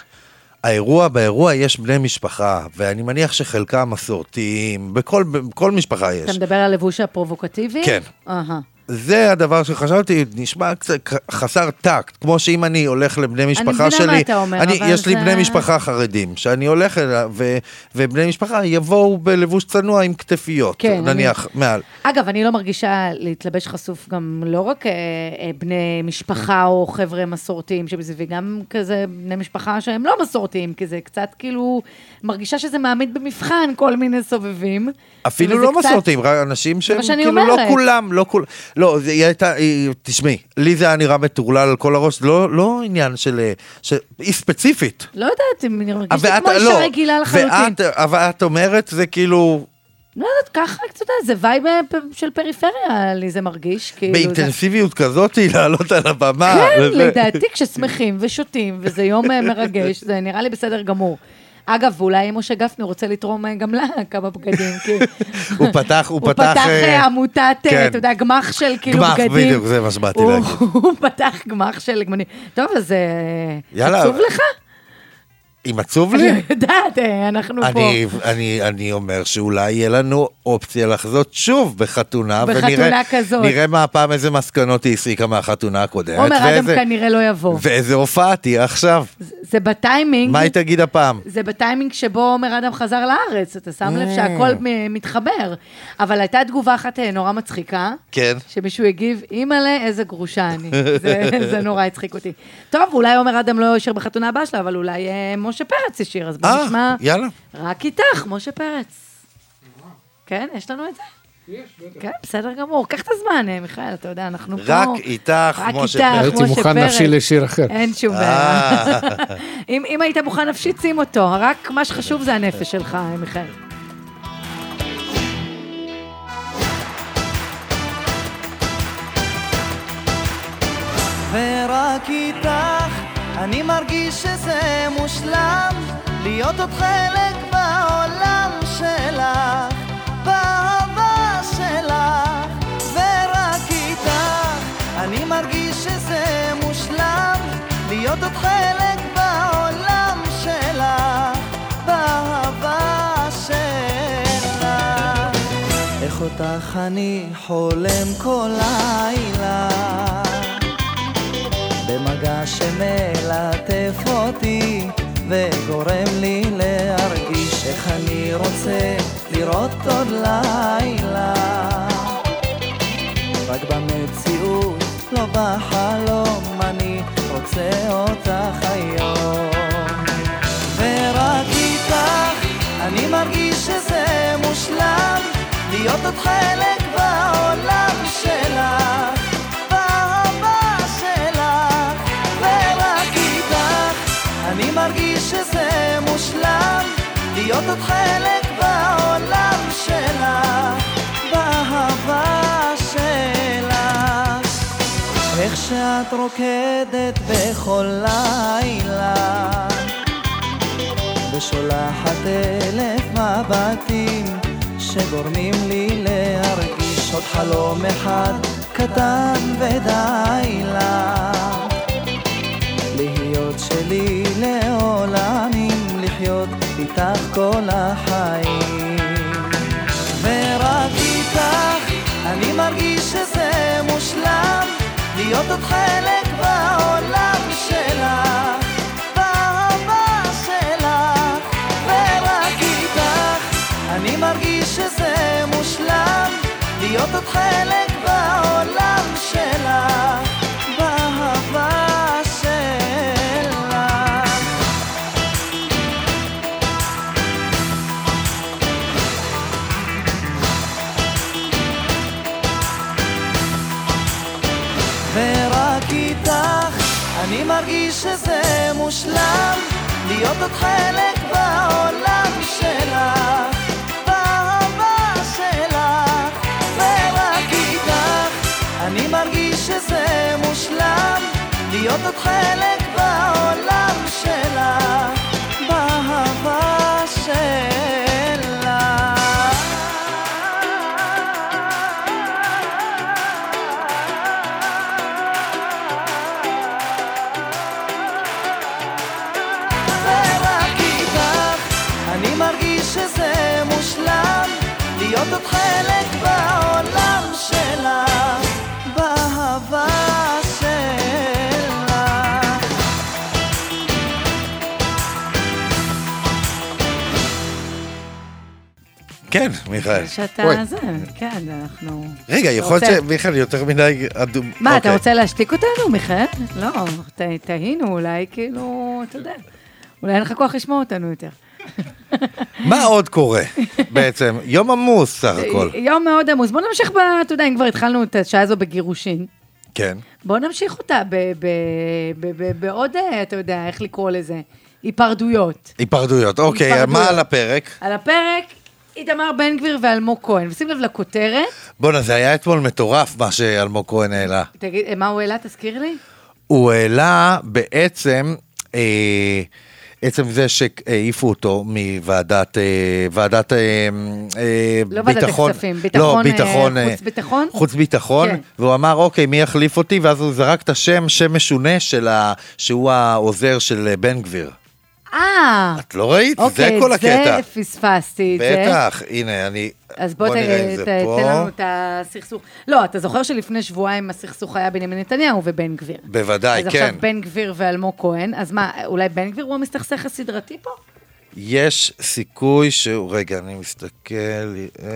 באירוע יש בני משפחה, ואני מניח שחלקם מסורתיים, בכל משפחה יש. אתה מדבר על לבוש הפרובוקטיבי? כן. זה הדבר שחשבחשבתי, נשמע קצת חסר טקט, כמו שאם אני הולך לבני משפחה שלי, אני מבינה מה אתה אומר, אבל יש לי בני משפחה חרדים, שאני הולך אליו, ובני משפחה יבואו בלבוש צנוע עם כתפיות, נניח, מעל. אגב, אני לא מרגישה להתלבש חשוף גם לא רק בני משפחה או חבר'ה מסורתיים שבסביבי, גם כזה בני משפחה שהם לא מסורתיים, כי זה קצת כאילו, מרגישה שזה מעמיד במבחן כל מיני סובבים. אפילו לא מסורתיים, אנשים שהם כאילו לא כולם, לא, תשמעי, לי זה היה נראה מטורלל על כל הראש, לא עניין של, היא ספציפית. לא יודעת, אני מרגיש כמו אישה רגילה לחלוטין. אבל את אומרת, זה כאילו... לא יודעת, ככה, אתה יודע, זה וייב של פריפריה, לי זה מרגיש. באינטנסיביות כזאת, לעלות על הבמה. כן, לדעתי, כששמחים ושותים, וזה יום מרגש, זה נראה לי בסדר גמור. אגב, אולי משה גפני רוצה לתרום גם לה כמה בגדים, כי... הוא פתח עמותת, אתה יודע, גמח של כאילו בגדים. גמח, בדיוק, זה מה שבאתי להגיד. הוא פתח גמח של גמנים. טוב, אז עצוב לך? אם עצוב לי? אני יודעת, אנחנו פה. אני אומר שאולי יהיה לנו אופציה לחזות שוב בחתונה, ונראה מה הפעם איזה מסקנות היא הסיקה מהחתונה הקודמת. עומר אדם כנראה לא יבוא. ואיזה הופעה תהיה עכשיו. זה בטיימינג. מה היא תגיד הפעם? זה בטיימינג שבו עומר אדם חזר לארץ, אתה שם לב שהכל מתחבר. אבל הייתה תגובה אחת נורא מצחיקה. כן. שמישהו הגיב, אימא'לה, איזה גרושה אני. זה נורא הצחיק אותי. טוב, אולי עומר אדם לא ישיר בחתונה הבאה שלה, אבל אולי משה פרץ ישיר, אז בוא נשמע. יאללה. רק איתך, משה פרץ. כן, יש לנו את זה? יש, בטח. כן, בסדר גמור. קח את הזמן, מיכאל, אתה יודע, אנחנו פה. רק איתך, משה פרץ. הייתי מוכן נפשי לשיר אחר. אין שום בעיה. אם היית מוכן נפשי, שים אותו. רק מה שחשוב זה הנפש שלך, מיכאל. ורק איתך אני מרגיש שזה מושלם להיות עוד חלק בעולם שלך עוד חלק בעולם שלך, באהבה שלך. איך אותך אני חולם כל לילה, במגע שמלטף אותי וגורם לי להרגיש איך אני רוצה לראות עוד לילה, רק במציאות לא בחלום אני רוצה אותך היום. ורק איתך אני מרגיש שזה מושלם, להיות עוד חלק בעולם שלך, באהבה שלך. ורק איתך אני מרגיש שזה מושלם, להיות עוד חלק בעולם שלך, באהבה שלך. איך שאת רוקדת בכל לילה, ושולחת 1000 מבטים שגורמים לי להרגיש עוד חלום אחד קטן ודי לך, להיות שלי לעולמים, לחיות איתך כל החיים. ורק איתך אני מרגיש שזה מושלם, להיות עוד חלק בעולם שלך, באהבה שלך. ורק איתך אני מרגיש שזה מושלם, להיות עוד חלק בעולם שלך, באהבה שלך. ורק איתך אני מרגיש שזה מושלם, להיות עוד חלק בעולם שלך, באהבה שלך. ורק איתך אני מרגיש שזה מושלם, להיות עוד חלק בעולם שלך, באהבה שלך. שזה מושלם, להיות עוד חלק בעולם שלך, באהבה שלך. כן, מיכאל. שאתה זה, כן, אנחנו... רגע, יכול להיות שמיכאל יותר מדי אדום. מה, אתה רוצה להשתיק אותנו, מיכאל? לא, תהינו, אולי כאילו, אתה יודע, אולי אין לך כוח לשמוע אותנו יותר. מה עוד קורה בעצם? יום עמוס סך הכל. יום מאוד עמוס. בוא נמשיך, אתה יודע, אם כבר התחלנו את השעה הזו בגירושין. כן. בוא נמשיך אותה בעוד, אתה יודע, איך לקרוא לזה? היפרדויות. היפרדויות, אוקיי. מה על הפרק? על הפרק, איתמר בן גביר ואלמוג כהן. ושים לב לכותרת. בוא'נה, זה היה אתמול מטורף מה שאלמוג כהן העלה. תגיד, מה הוא העלה? תזכיר לי. הוא העלה בעצם... עצם זה שהעיפו אותו מוועדת לא ועדת הכספים, חוץ ביטחון, והוא אמר, אוקיי, מי יחליף אותי? ואז הוא זרק את שם משונה שהוא העוזר של בן גביר. את לא ראית? זה כל הקטע. זה פספסתי את זה. בטח, הנה, אז בוא תן לנו את הסכסוך. לא, אתה זוכר שלפני שבועיים הסכסוך היה בנימין נתניהו ובן גביר. בוודאי, כן. אז עכשיו בן גביר ואלמוג כהן, אז מה, אולי בן גביר הוא המסתכסך הסדרתי פה? יש סיכוי רגע, אני מסתכל,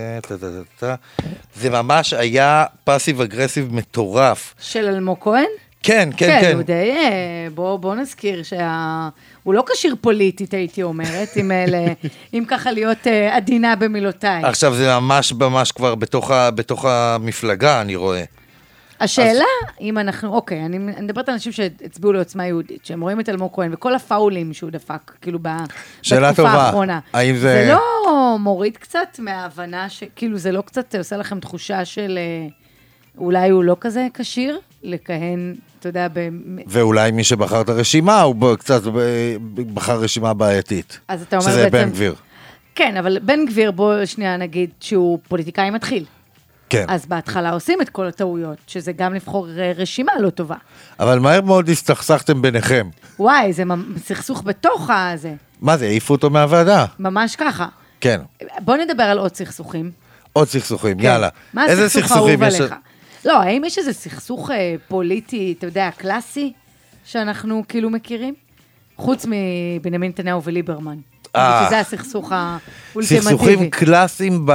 זה ממש היה פאסיב אגרסיב מטורף. של אלמוג כהן? כן. כן, הוא די, בוא נזכיר הוא לא קשיר פוליטית, הייתי אומרת, אם ככה להיות עדינה במילותיי. עכשיו זה ממש כבר בתוך המפלגה, אני רואה. השאלה, אם אנחנו, אוקיי, אני מדברת על אנשים שהצביעו לעוצמה יהודית, שהם רואים את אלמוג כהן, וכל הפאולים שהוא דפק, כאילו בתקופה האחרונה. האם זה לא מוריד קצת מההבנה, כאילו זה לא קצת עושה לכם תחושה של, אולי הוא לא כזה קשיר לכהן, אתה יודע, ואולי מי שבחר את הרשימה, הוא קצת בחר רשימה בעייתית. אז אתה אומר שזה בן גביר. כן, אבל בן גביר, בוא שנייה נגיד שהוא פוליטיקאי מתחיל. כן. אז בהתחלה עושים את כל הטעויות, שזה גם לבחור רשימה לא טובה. אבל מהר מאוד הסתכסכתם ביניכם. וואי, זה סכסוך בתוך הזה. מה זה, העיפו אותו מהוועדה? ממש ככה. כן. בוא נדבר על עוד סכסוכים. עוד סכסוכים, כן. יאללה. מה איזה הסכסוך סכסוכים האהוב יש? עליך? לא, האם יש איזה סכסוך פוליטי, אתה יודע, קלאסי, שאנחנו כאילו מכירים? חוץ מבנימין נתניהו וליברמן. שזה הסכסוך האולטימטיבי. סכסוכים קלאסיים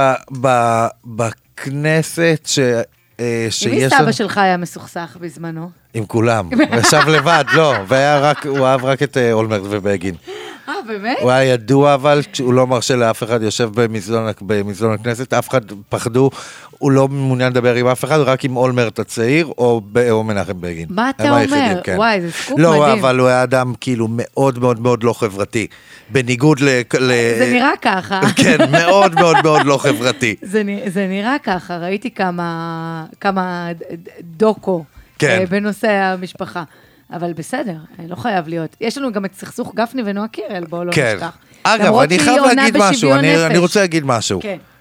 בכנסת שיש... עם מי סבא שלך היה מסוכסך בזמנו? עם כולם. הוא ישב לבד, לא. הוא אהב רק את אולמרט ובגין. באמת? הוא היה ידוע, אבל הוא לא מרשה לאף אחד יושב במזנון הכנסת, אף אחד פחדו, הוא לא מעוניין לדבר עם אף אחד, רק עם אולמרט הצעיר, או מנחם בגין. מה אתה אומר? וואי, זה סקופ מדהים. לא, אבל הוא היה אדם כאילו מאוד מאוד מאוד לא חברתי. בניגוד זה נראה ככה. כן, מאוד מאוד מאוד לא חברתי. זה נראה ככה, ראיתי כמה דוקו בנושא המשפחה. אבל בסדר, לא חייב להיות. יש לנו גם את סכסוך גפני ונועה קירל, בואו לא נשכח. אגב, אני חייב להגיד משהו, אני רוצה להגיד משהו.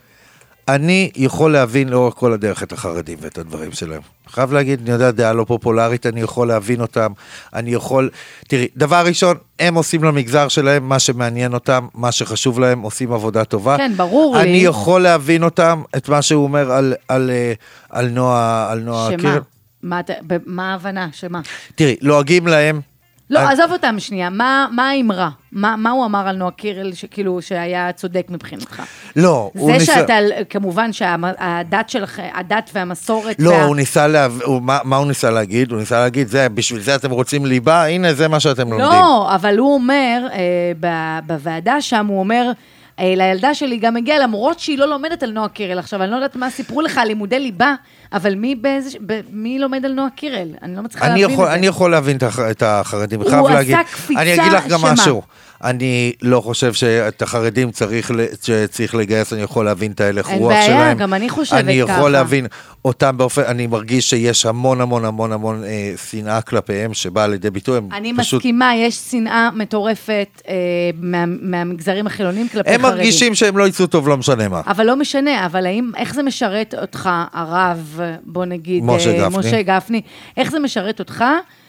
אני יכול להבין לאורך כל הדרך את החרדים ואת הדברים שלהם. חייב להגיד, אני יודע, דעה לא פופולרית, אני יכול להבין אותם, אני יכול... תראי, דבר ראשון, הם עושים למגזר שלהם מה שמעניין אותם, מה שחשוב להם, עושים עבודה טובה. כן, ברור לי. אני יכול להבין אותם, את מה שהוא אומר על נועה קירל. מה ההבנה? שמה? תראי, לועגים להם... לא, עזוב אותם שנייה, מה האמרה? מה הוא אמר על נועה קירל שכאילו שהיה צודק מבחינתך? לא, הוא ניסה... זה שאתה, כמובן שהדת שלך, הדת והמסורת... לא, הוא ניסה מה הוא ניסה להגיד? הוא ניסה להגיד, בשביל זה אתם רוצים ליבה? הנה, זה מה שאתם לומדים. לא, אבל הוא אומר, בוועדה שם הוא אומר... לילדה שלי גם הגיעה, למרות שהיא לא לומדת על נועה קירל. עכשיו, אני לא יודעת מה סיפרו לך על לימודי ליבה, אבל מי לומד על נועה קירל? אני לא מצליחה להבין את זה. אני יכול להבין את החרדים. הוא עשה קפיצה אני אגיד לך גם שמה. משהו. אני לא חושב שאת החרדים צריך לגייס, אני יכול להבין את ההלך רוח שלהם. אין בעיה, גם אני חושבת ככה. אני יכול להבין אותם באופן, אני מרגיש שיש המון המון המון המון שנאה כלפיהם שבאה לידי ביטוי. אני מסכימה, יש שנאה מטורפת מהמגזרים החילונים כלפי חרדים. הם מרגישים שהם לא יצאו טוב, לא משנה מה. אבל לא משנה, אבל איך זה משרת אותך, הרב, בוא נגיד, משה גפני, איך זה משרת אותך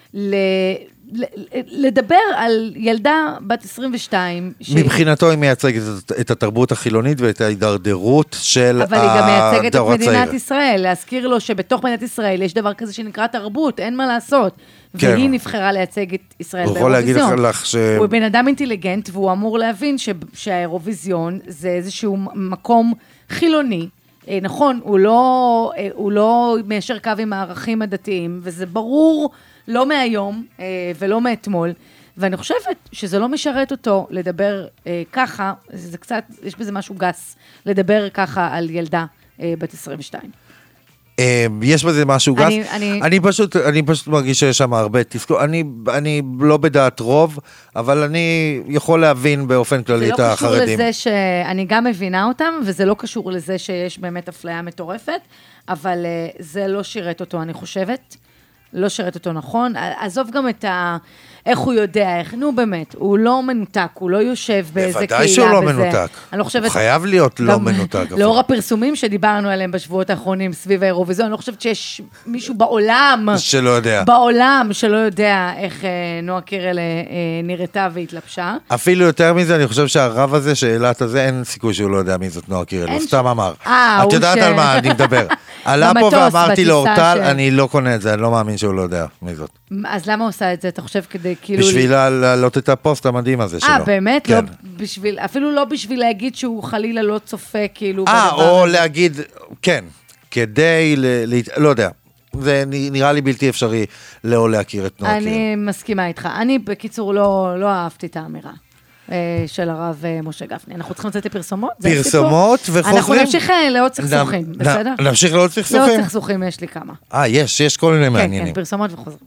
לדבר על ילדה בת 22. מבחינתו היא מייצגת את התרבות החילונית ואת ההידרדרות של הדור הצעיר. אבל היא גם מייצגת את מדינת ישראל, להזכיר לו שבתוך מדינת ישראל יש דבר כזה שנקרא תרבות, אין מה לעשות. והיא נבחרה לייצג את ישראל באירוויזיון. הוא בן אדם אינטליגנט, והוא אמור להבין שהאירוויזיון זה איזשהו מקום חילוני. נכון, הוא לא מיישר קו עם הערכים הדתיים, וזה ברור לא מהיום ולא מאתמול, ואני חושבת שזה לא משרת אותו לדבר ככה, זה קצת, יש בזה משהו גס, לדבר ככה על ילדה בת 22. יש בזה משהו גס. אני פשוט מרגיש שיש שם הרבה תסכול. אני לא בדעת רוב, אבל אני יכול להבין באופן כללי את החרדים. זה לא קשור לזה שאני גם מבינה אותם, וזה לא קשור לזה שיש באמת אפליה מטורפת, אבל זה לא שירת אותו, אני חושבת. לא שירת אותו נכון. עזוב גם את איך הוא יודע, נו באמת, הוא לא מנותק, הוא לא יושב באיזה קהילה. בוודאי שהוא לא מנותק. הוא חייב להיות לא מנותק. לאור הפרסומים שדיברנו עליהם בשבועות האחרונים סביב האירוויזיון, אני לא חושבת שיש מישהו בעולם שלא יודע. בעולם שלא יודע איך נועה קירל נראתה והתלבשה. אפילו יותר מזה, אני חושב שהרב הזה, שאלת הזה, אין סיכוי שהוא לא יודע מי זאת נועה קירל, הוא סתם אמר. את יודעת על מה אני מדבר. עלה פה ואמרתי לו, אורטל, אני לא קונה את זה, אני לא מאמין שהוא לא יודע מי זאת. אז למה הוא עושה את זה? אתה חושב כדי כאילו... בשביל להעלות את הפוסט המדהים הזה שלו. באמת? כן. אפילו לא בשביל להגיד שהוא חלילה לא צופה כאילו... או להגיד, כן, כדי, לא יודע. זה נראה לי בלתי אפשרי לא להכיר את נועה קירל. אני מסכימה איתך. אני בקיצור לא אהבתי את האמירה של הרב משה גפני. אנחנו צריכים לצאת לפרסומות? פרסומות וחוזרים? אנחנו נמשיך לעוד סכסוכים, בסדר? נמשיך לעוד סכסוכים? לעוד סכסוכים יש לי כמה. יש כל מיני מעניינים. כן, פרסומות וחוזרים.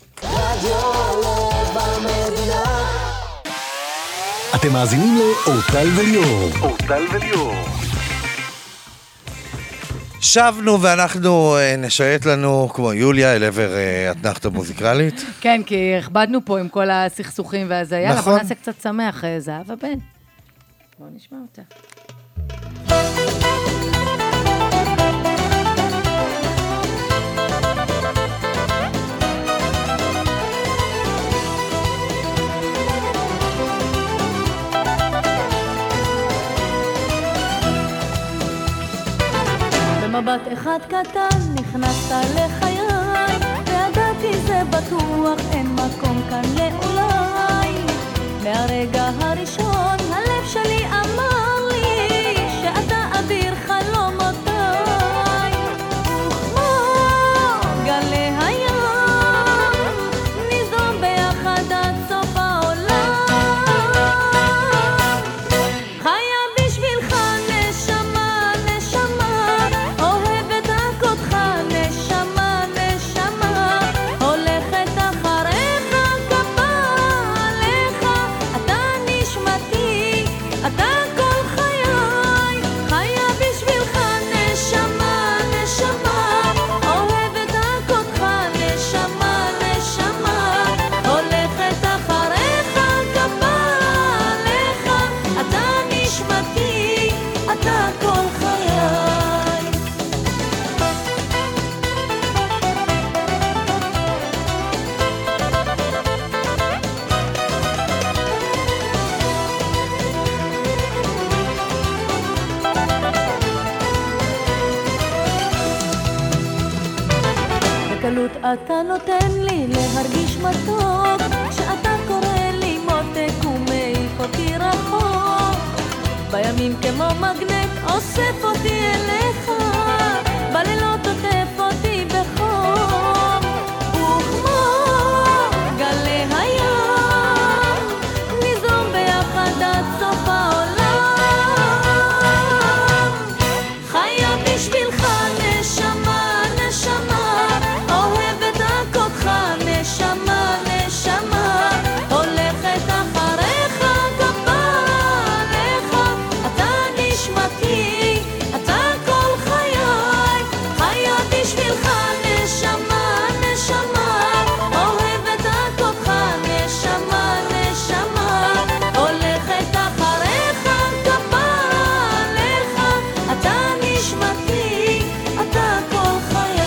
אתם מאזינים לאורטל וליאור. אורטל וליאור. שבנו ואנחנו נשייט לנו כמו יוליה אל עבר התנחת המוזיקלית. כן, כי הכבדנו פה עם כל הסכסוכים והזה. יאללה, בוא נעשה קצת שמח, זהבה בן. בוא נשמע אותה. במבט אחד קטן נכנסת לחיי, וידעתי זה בטוח אין מקום כאן לאולי. מהרגע הראשון הלב שלי אמר לי שאתה אביר חלומותיי, וכמו גלי הים ניזום ביחד עד סוף העולם. חיה בשבילך נשמה, נשמה, אוהבת רק אותך נשמה, נשמה, הולכת אחריך כפה עליך, אתה נשמתי, אתה כל חיי. חיה בשבילך נשמה, נשמה, אוהבת רק אותך נשמה, נשמה, הולכת אחריך כפה עליך, אתה נשמתי, אתה כל חיי. בקלות אתה נותן לי להרגיש מתוק, שאתה קורא לי מותק ומעיף אותי רחוק, בימים כמו מגנט אוסף אותי אליך, בלילות עוטף אותי בחום, וכמו גלי הים ניזום ביחד עד סוף העולם. חיה בשבילך נשמה, נשמה, אוהבת רק אותך נשמה, נשמה, הולכת אחריך כפה עליך, אתה נשמתי, אתה כל חיי. חיה בשבילך נשמה, נשמה, אוהבת רק אותך נשמה, נשמה, הולכת אחריך כפה עליך, אתה נשמתי, אתה כל חיי.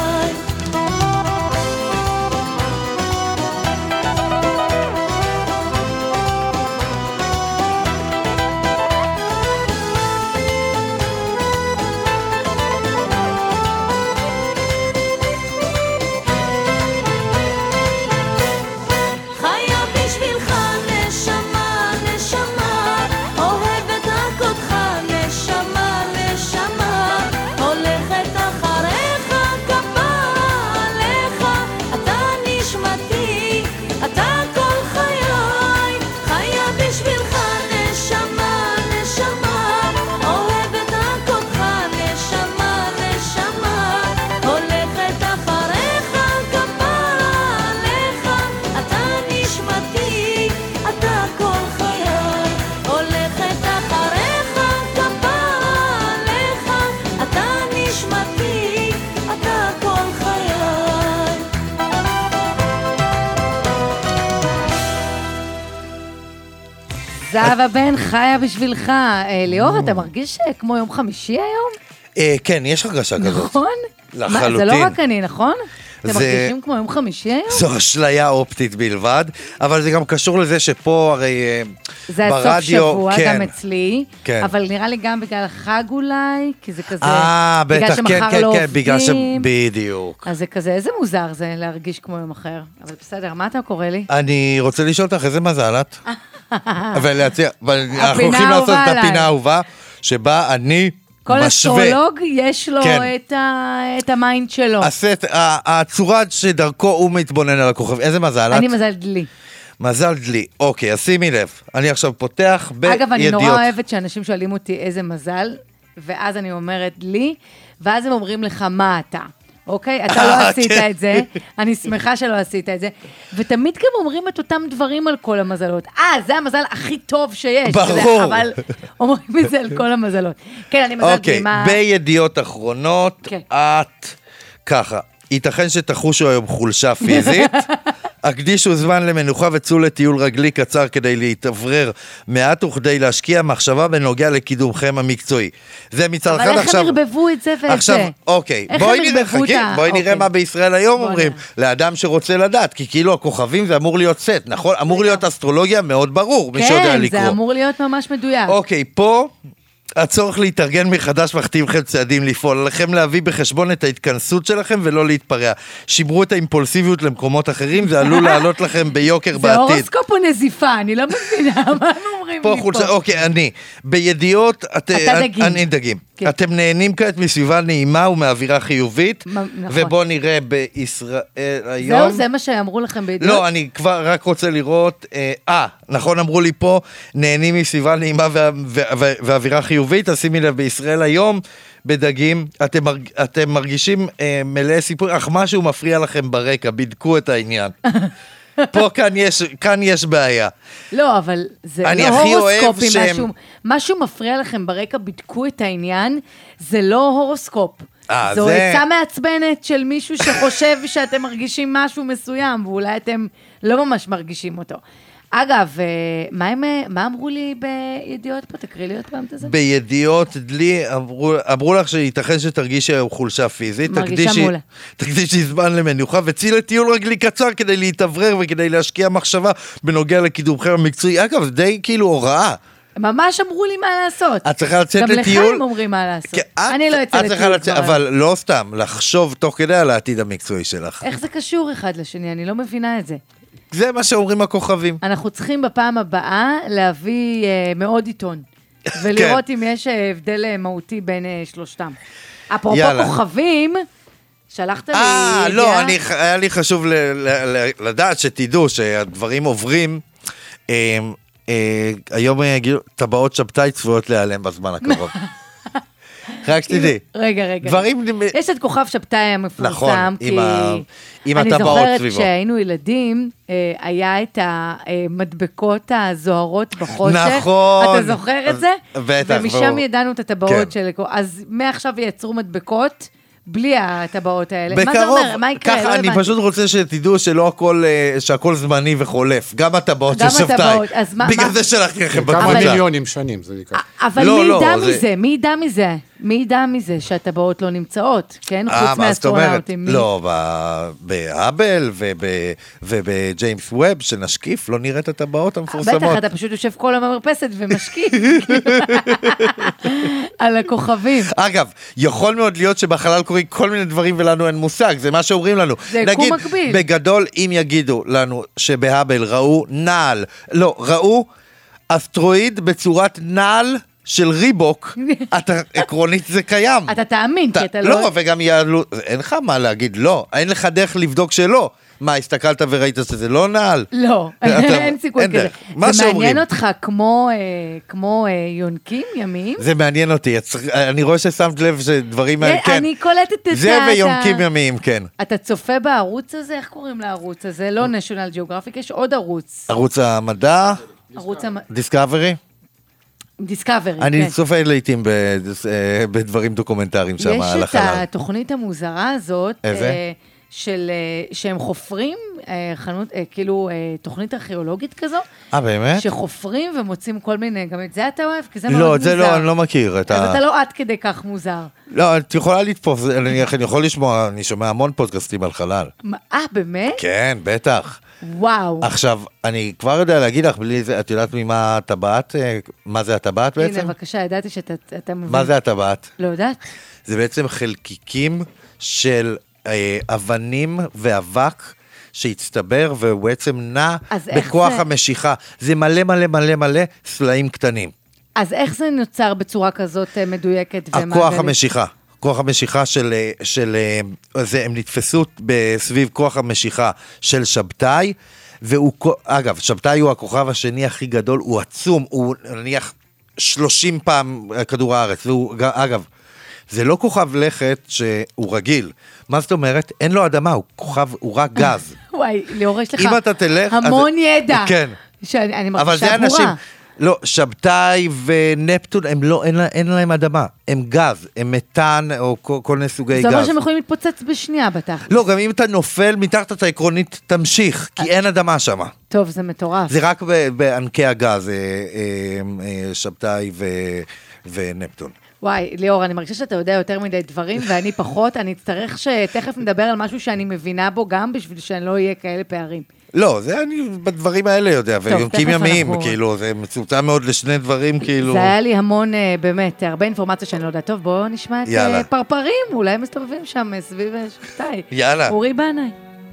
חיה בשבילך נשמה, נשמה, אוהבת רק אותך נשמה, נשמה, הולכת אחריך כפה עליך, אתה נשמתי, אתה כל חיי. חיה בשבילך נשמה, נשמה, אוהבת רק אותך נשמה, נשמה, הולכת אחריך כפה עליך, אתה נשמתי, אתה כל חיי. הולכת אחריך כפה עליך, אתה נשמתי, אתה כל חיי. זהבה בן חיה בשבילך. ליאור, אתה מרגיש כמו יום חמישי היום? כן, יש הרגשה כזאת. נכון? לחלוטין. זה לא רק אני, נכון? אתם זה- מרגישים כמו יום חמישי היום? זו אשליה אופטית בלבד, אבל זה גם קשור לזה שפה הרי זה הסוף ברדיו, שבוע, כן. גם אצלי, כן. אבל נראה לי גם בגלל החג אולי, כי זה כזה, בטח, בגלל כן, שמחר כן, לא כן, בגלל ש... עובדים, בדיוק. אז זה כזה, איזה מוזר זה להרגיש כמו יום אחר, אבל בסדר, מה אתה קורא לי? אני רוצה לשאול אותך איזה מזל את? ולהציע, אנחנו הולכים הפינה לעשות את האהובה הפינה עליי. האהובה, שבה אני כל משווה. אסטרולוג יש לו כן. את המיינד שלו. הצורה שדרכו הוא מתבונן על הכוכב. איזה מזל את? אני מזל דלי. מזל דלי. אוקיי, אז שימי לב. אני עכשיו פותח בידיעות. אגב, אני נורא אוהבת שאנשים שואלים אותי איזה מזל, ואז אני אומרת לי, ואז הם אומרים לך מה אתה. אוקיי? אתה לא עשית את זה, אני שמחה שלא עשית את זה, ותמיד גם אומרים את אותם דברים על כל המזלות. זה המזל הכי טוב שיש. ברור. אבל אומרים את זה על כל המזלות. כן, אני מזל אוקיי, דלימה. בידיעות אחרונות, את ככה, ייתכן שתחושו היום חולשה פיזית, הקדישו זמן למנוחה וצאו לטיול רגלי קצר כדי להתאוורר מעט וכדי להשקיע מחשבה בנוגע לקידומכם המקצועי. זה מצד אחד אבל עכשיו... איך הם ערבבו את זה ואת עכשיו, זה? אוקיי, איך בואי הם נראה, ערבבו חכי, את ה- בואי נראה אוקיי. מה בישראל היום בוא אומרים, לאדם שרוצה לדעת, כי כאילו הכוכבים זה אמור להיות סט, נכון? אמור להיות אסטרולוגיה מאוד ברור, מי שיודע כן, לקרוא. זה אמור להיות ממש מדויק. אוקיי, פה הצורך להתארגן מחדש מחתים לכם צעדים לפעול, עליכם להביא בחשבון את ההתכנסות שלכם ולא להתפרע. שימרו את האימפולסיביות למקומות אחרים, זה עלול לעלות לכם ביוקר בעתיד. זה הורוסקופ או נזיפה? אני לא מבינה, מה הם אומרים לי פה? אוקיי, אני. בידיעות, אתה דגים. אני דגים. אתם נהנים כעת מסביבה נעימה ומאווירה חיובית, ובוא נראה בישראל היום. זהו, זה מה שאמרו לכם בידיעות? לא, אני כבר רק רוצה לראות, נכון אמרו לי פה, נהנים מסביבה נעימה ואווירה חיובית, אז שימי לב, בישראל היום, בדגים, אתם מרגישים מלא סיפור, אך משהו מפריע לכם ברקע, בדקו את העניין. פה כאן יש בעיה. לא, אבל זה לא הורוסקופי, משהו מפריע לכם ברקע, בדקו את העניין, זה לא הורוסקופ. זו עצה מעצבנת של מישהו שחושב שאתם מרגישים משהו מסוים, ואולי אתם לא ממש מרגישים אותו. אגב, מה אמרו לי בידיעות פה? תקריא לי עוד פעם את זה. בידיעות דלי אמרו לך שייתכן שתרגישי חולשה פיזית. מרגישה מולה. תקדישי זמן למנוחה, וציל לטיול רגלי קצר כדי להתאוורר וכדי להשקיע מחשבה בנוגע לקידומכם המקצועי. אגב, זה די כאילו הוראה. ממש אמרו לי מה לעשות. את צריכה לצאת לטיול. גם לך הם אומרים מה לעשות. אני לא יוצא לטיול. אבל לא סתם, לחשוב תוך כדי על העתיד המקצועי שלך. איך זה קשור אחד לשני? אני לא מבינה את זה. זה מה שאומרים הכוכבים. אנחנו צריכים בפעם הבאה להביא מאוד עיתון, ולראות אם יש הבדל מהותי בין שלושתם. אפרופו כוכבים, שלחת לי ידיעה. לא, היה לי חשוב לדעת שתדעו שהדברים עוברים, היום טבעות שבתאי צפויות להיעלם בזמן הקרוב. רק שתדעי. רגע. יש את כוכב שבתאי המפורסם, כי אני זוכרת כשהיינו ילדים, היה את המדבקות הזוהרות בחושך. נכון. אתה זוכר את זה? בטח. ומשם ידענו את הטבעות של... אז מעכשיו ייצרו מדבקות בלי הטבעות האלה. בקרוב. מה זה אומר? מה יקרה? ככה, אני פשוט רוצה שתדעו שהכל זמני וחולף. גם הטבעות של שבתאי. בגלל זה שלחתי לכם בקבוצה. כמה מיליונים שנים זה יקרה. אבל מי ידע מזה? מי ידע מזה שהטבעות לא נמצאות, כן? חוץ מהאסטרונאוטים. לא, בהאבל ובג'יימס ווב שנשקיף, לא נראה את הטבעות המפורסמות. בטח, אתה פשוט יושב כל המרפסת ומשקיף. על הכוכבים. אגב, יכול מאוד להיות שבחלל קוראים כל מיני דברים ולנו אין מושג, זה מה שאומרים לנו. זה קום מקביל. בגדול, אם יגידו לנו שבהאבל ראו נעל, לא, ראו אסטרואיד בצורת נעל, של ריבוק, עקרונית זה קיים. אתה תאמין, כי אתה לא... לא, וגם יעלו, אין לך מה להגיד, לא. אין לך דרך לבדוק שלא. מה, הסתכלת וראית שזה לא נעל? לא, אין סיכוי כזה. זה מעניין מעניין אותך כמו יונקים ימיים? זה מעניין אותי. אני רואה ששמת לב שדברים... אני קולטת את זה ויונקים ימיים, כן. אתה צופה בערוץ הזה? איך קוראים לערוץ הזה? לא National Geographic, יש עוד ערוץ. ערוץ המדע? דיסקאברי? דיסקאברי, אני צופה לעתים בדברים דוקומנטריים שם על החלל. יש את התוכנית המוזרה הזאת, שהם חופרים, כאילו תוכנית ארכיאולוגית כזו. באמת? שחופרים ומוצאים כל מיני, גם את זה אתה אוהב? כי זה מאוד לא, מוזר. את זה לא, אני לא מכיר. אז אתה לא עד כדי כך מוזר. לא, את יכולה לתפוס, אני יכול לשמוע, אני שומע המון פודקאסטים על חלל. באמת? כן, בטח. וואו. עכשיו, אני כבר יודע להגיד לך, בלי זה, את יודעת ממה הטבעת? מה זה הטבעת בעצם? הנה, בבקשה, ידעתי שאתה מבין. מה זה הטבעת? לא יודעת. זה בעצם חלקיקים של אבנים ואבק שהצטבר, והוא בעצם נע בכוח המשיכה. זה מלא מלא מלא מלא סלעים קטנים. אז איך זה נוצר בצורה כזאת מדויקת ומעגלית? הכוח המשיכה. כוח המשיכה הם נתפסו בסביב כוח המשיכה של שבתאי, אגב, שבתאי הוא הכוכב השני הכי גדול, הוא עצום, הוא נניח 30 פעם כדור הארץ, אגב, זה לא כוכב לכת שהוא רגיל. מה זאת אומרת? אין לו אדמה, הוא כוכב, הוא רק גז. וואי, ליאור, יש לך המון ידע. כן. שאני מרגישה ברורה. לא, שבתאי ונפטון, אין להם אדמה. הם גז, הם מתאן או כל מיני סוגי גז. זה אומר שהם יכולים להתפוצץ בשנייה בתחת. לא, גם אם אתה נופל מתחת את העקרונית, תמשיך, כי אין אדמה שם. טוב, זה מטורף. זה רק בענקי הגז, שבתאי ונפטון. וואי, ליאור, אני מרגישה שאתה יודע יותר מדי דברים, ואני פחות, אני אצטרך שתכף נדבר על משהו שאני מבינה בו גם, בשביל שאני לא אהיה כאלה פערים. לא, זה אני בדברים האלה יודע, ויונקים ימיים, כאילו, זה מצומצם מאוד לשני דברים, כאילו... זה היה לי המון, באמת, הרבה אינפורמציה שאני לא יודעת. טוב, בואו נשמע את פרפרים, אולי הם מסתובבים שם סביב שבתאי. יאללה. אורי בנאי.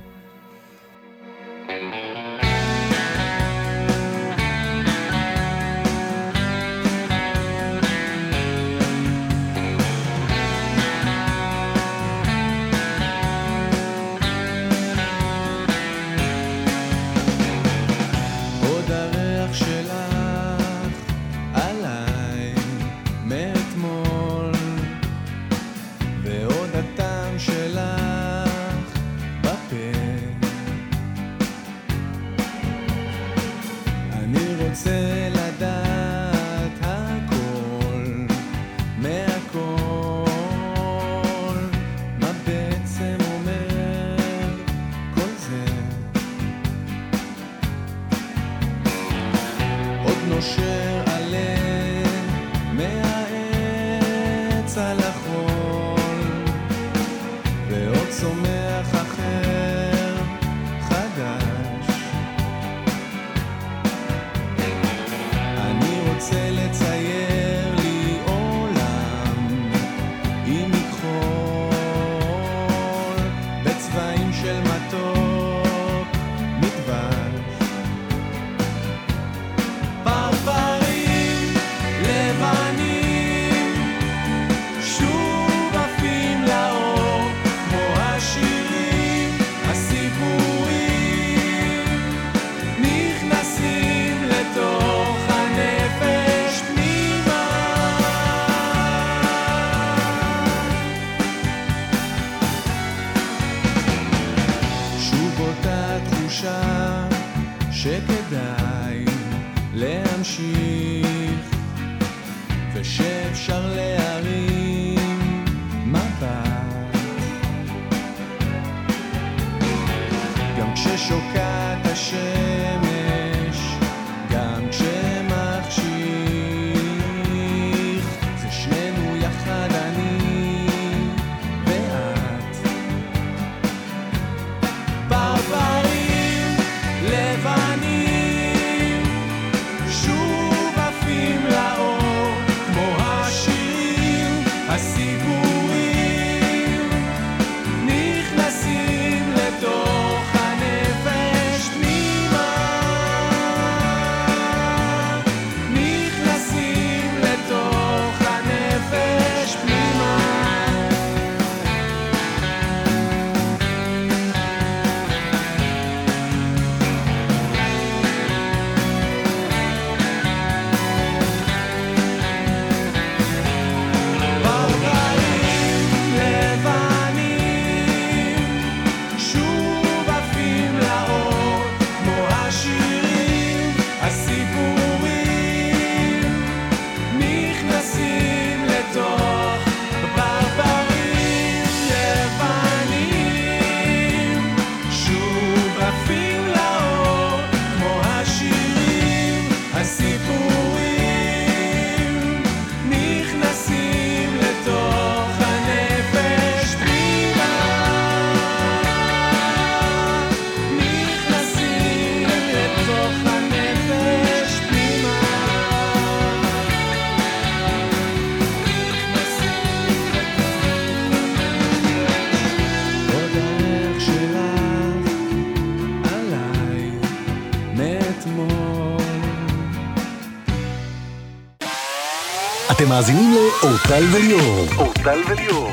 אתם מאזינים לאורטל וליאור. אורטל וליאור.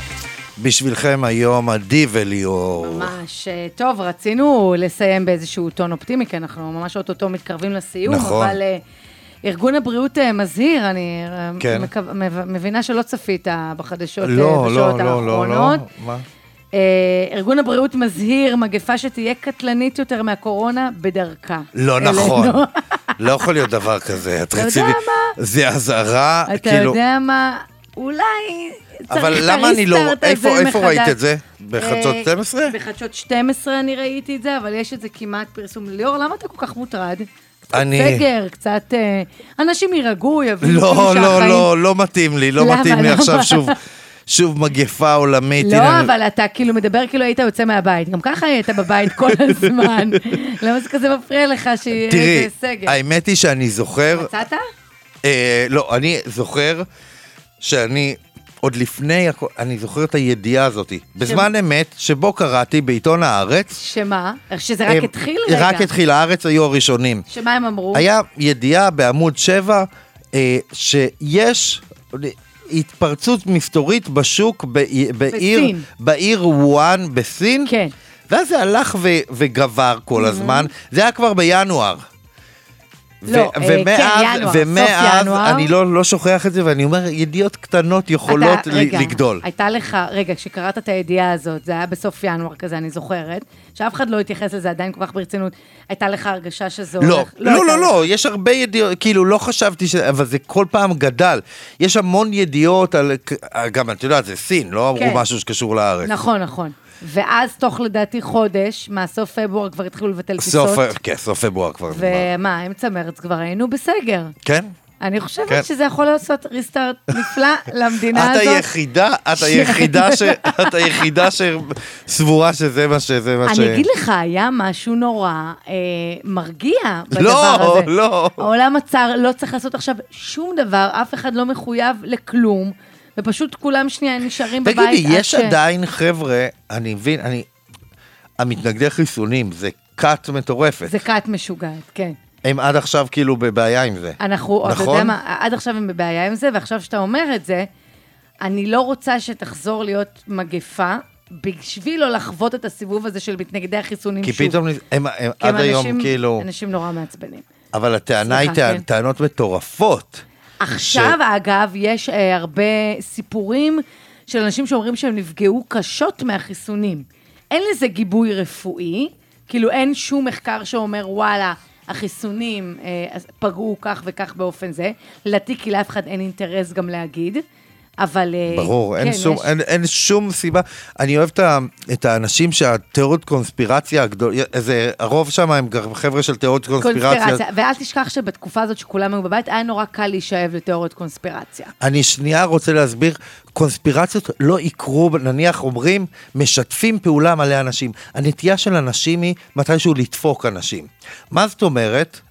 בשבילכם היום עדי וליאור. ממש טוב, רצינו לסיים באיזשהו טון אופטימי, כי אנחנו ממש אוטוטו מתקרבים לסיום, נכון. אבל ארגון הבריאות מזהיר, אני כן. מבינה שלא צפית בחדשות לא, בשעות לא, האחרונות. לא, מה? ארגון הבריאות מזהיר, מגפה שתהיה קטלנית יותר מהקורונה בדרכה. לא נכון. לא יכול להיות דבר כזה. אתה יודע מה? זה הזרה, אתה יודע מה? אולי אבל למה אני לא... איפה ראית את זה? בחדשות 12? בחדשות 12 אני ראיתי את זה, אבל יש את זה כמעט פרסום. ליאור, למה אתה כל כך מוטרד? קצת סגר, קצת... אנשים יירגעו, יבינו לא מתאים לי, לא מתאים לי עכשיו שוב. שוב מגפה עולמית. לא, אבל אתה כאילו מדבר כאילו היית יוצא מהבית. גם ככה היית בבית כל הזמן. למה זה כזה מפריע לך שיהיה איזה סגר? תראי, האמת היא שאני זוכר... מצאת? לא, אני זוכר שאני... עוד לפני, אני זוכר את הידיעה הזאת, בזמן אמת, שבו קראתי בעיתון הארץ. שמה? שזה רק התחיל רגע? רק התחיל, הארץ היו הראשונים. שמה הם אמרו? היה ידיעה בעמוד 7, שיש התפרצות מסתורית בשוק בעיר וואן בסין. כן. ואז זה הלך וגבר כל הזמן. זה היה כבר בינואר. לא, כן, ינואר, ומאז אני לא שוכח את זה, ואני אומר, ידיעות קטנות יכולות לגדול. הייתה לך, רגע, כשקראת את הידיעה הזאת, זה היה בסוף ינואר כזה, אני זוכרת, שאף אחד לא התייחס לזה עדיין כל כך ברצינות, הייתה לך הרגשה שזה הולך? לא, יש הרבה ידיעות, כאילו לא חשבתי, אבל זה כל פעם גדל. יש המון ידיעות, גם את יודעת, זה סין, לא אמרו משהו שקשור לארץ. נכון. ואז תוך לדעתי חודש, מהסוף פברואר כבר התחילו לבטל טיסות. כן, סוף פברואר כבר. ומה, אמצע מרץ כבר היינו בסגר. כן. אני חושבת שזה יכול לעשות ריסטארט נפלא למדינה הזאת. את היחידה שסבורה שזה מה ש... אני אגיד לך, היה משהו נורא מרגיע בדבר הזה. לא. העולם הצר לא צריך לעשות עכשיו שום דבר, אף אחד לא מחויב לכלום. ופשוט כולם שנייה נשארים בבית. תגידי, יש עדיין חבר'ה, אני מבין, המתנגדי חיסונים, זה קאט מטורפת. זה קאט משוגעת, כן. הם עד עכשיו כאילו בבעיה עם זה. נכון? אתה יודע מה, עד עכשיו הם בבעיה עם זה, ועכשיו שאתה אומר את זה, אני לא רוצה שתחזור להיות מגפה, בשביל לא לחוות את הסיבוב הזה של מתנגדי החיסונים שוב. כי פתאום הם עד היום כאילו... אנשים נורא מעצבנים. אבל הטענה היא טענות מטורפות. עכשיו, אגב, יש הרבה סיפורים של אנשים שאומרים שהם נפגעו קשות מהחיסונים. אין לזה גיבוי רפואי, כאילו אין שום מחקר שאומר, וואלה, החיסונים פגעו כך וכך באופן זה. לדעתי, כי לאף אחד אין אינטרס גם להגיד. אבל... ברור, אין שום סיבה. אני אוהב את האנשים שהתיאוריות קונספירציה הגדול, הרוב שם הם חבר'ה של תיאוריות קונספירציה. ואל תשכח שבתקופה הזאת שכולם היו בבית, היה נורא קל להישאב לתיאוריות קונספירציה. אני שנייה רוצה להסביר, קונספירציות לא יקרו, נניח אומרים, משתפים פעולה מלא אנשים. הנטייה של אנשים היא מתישהו לדפוק אנשים. מה זאת אומרת?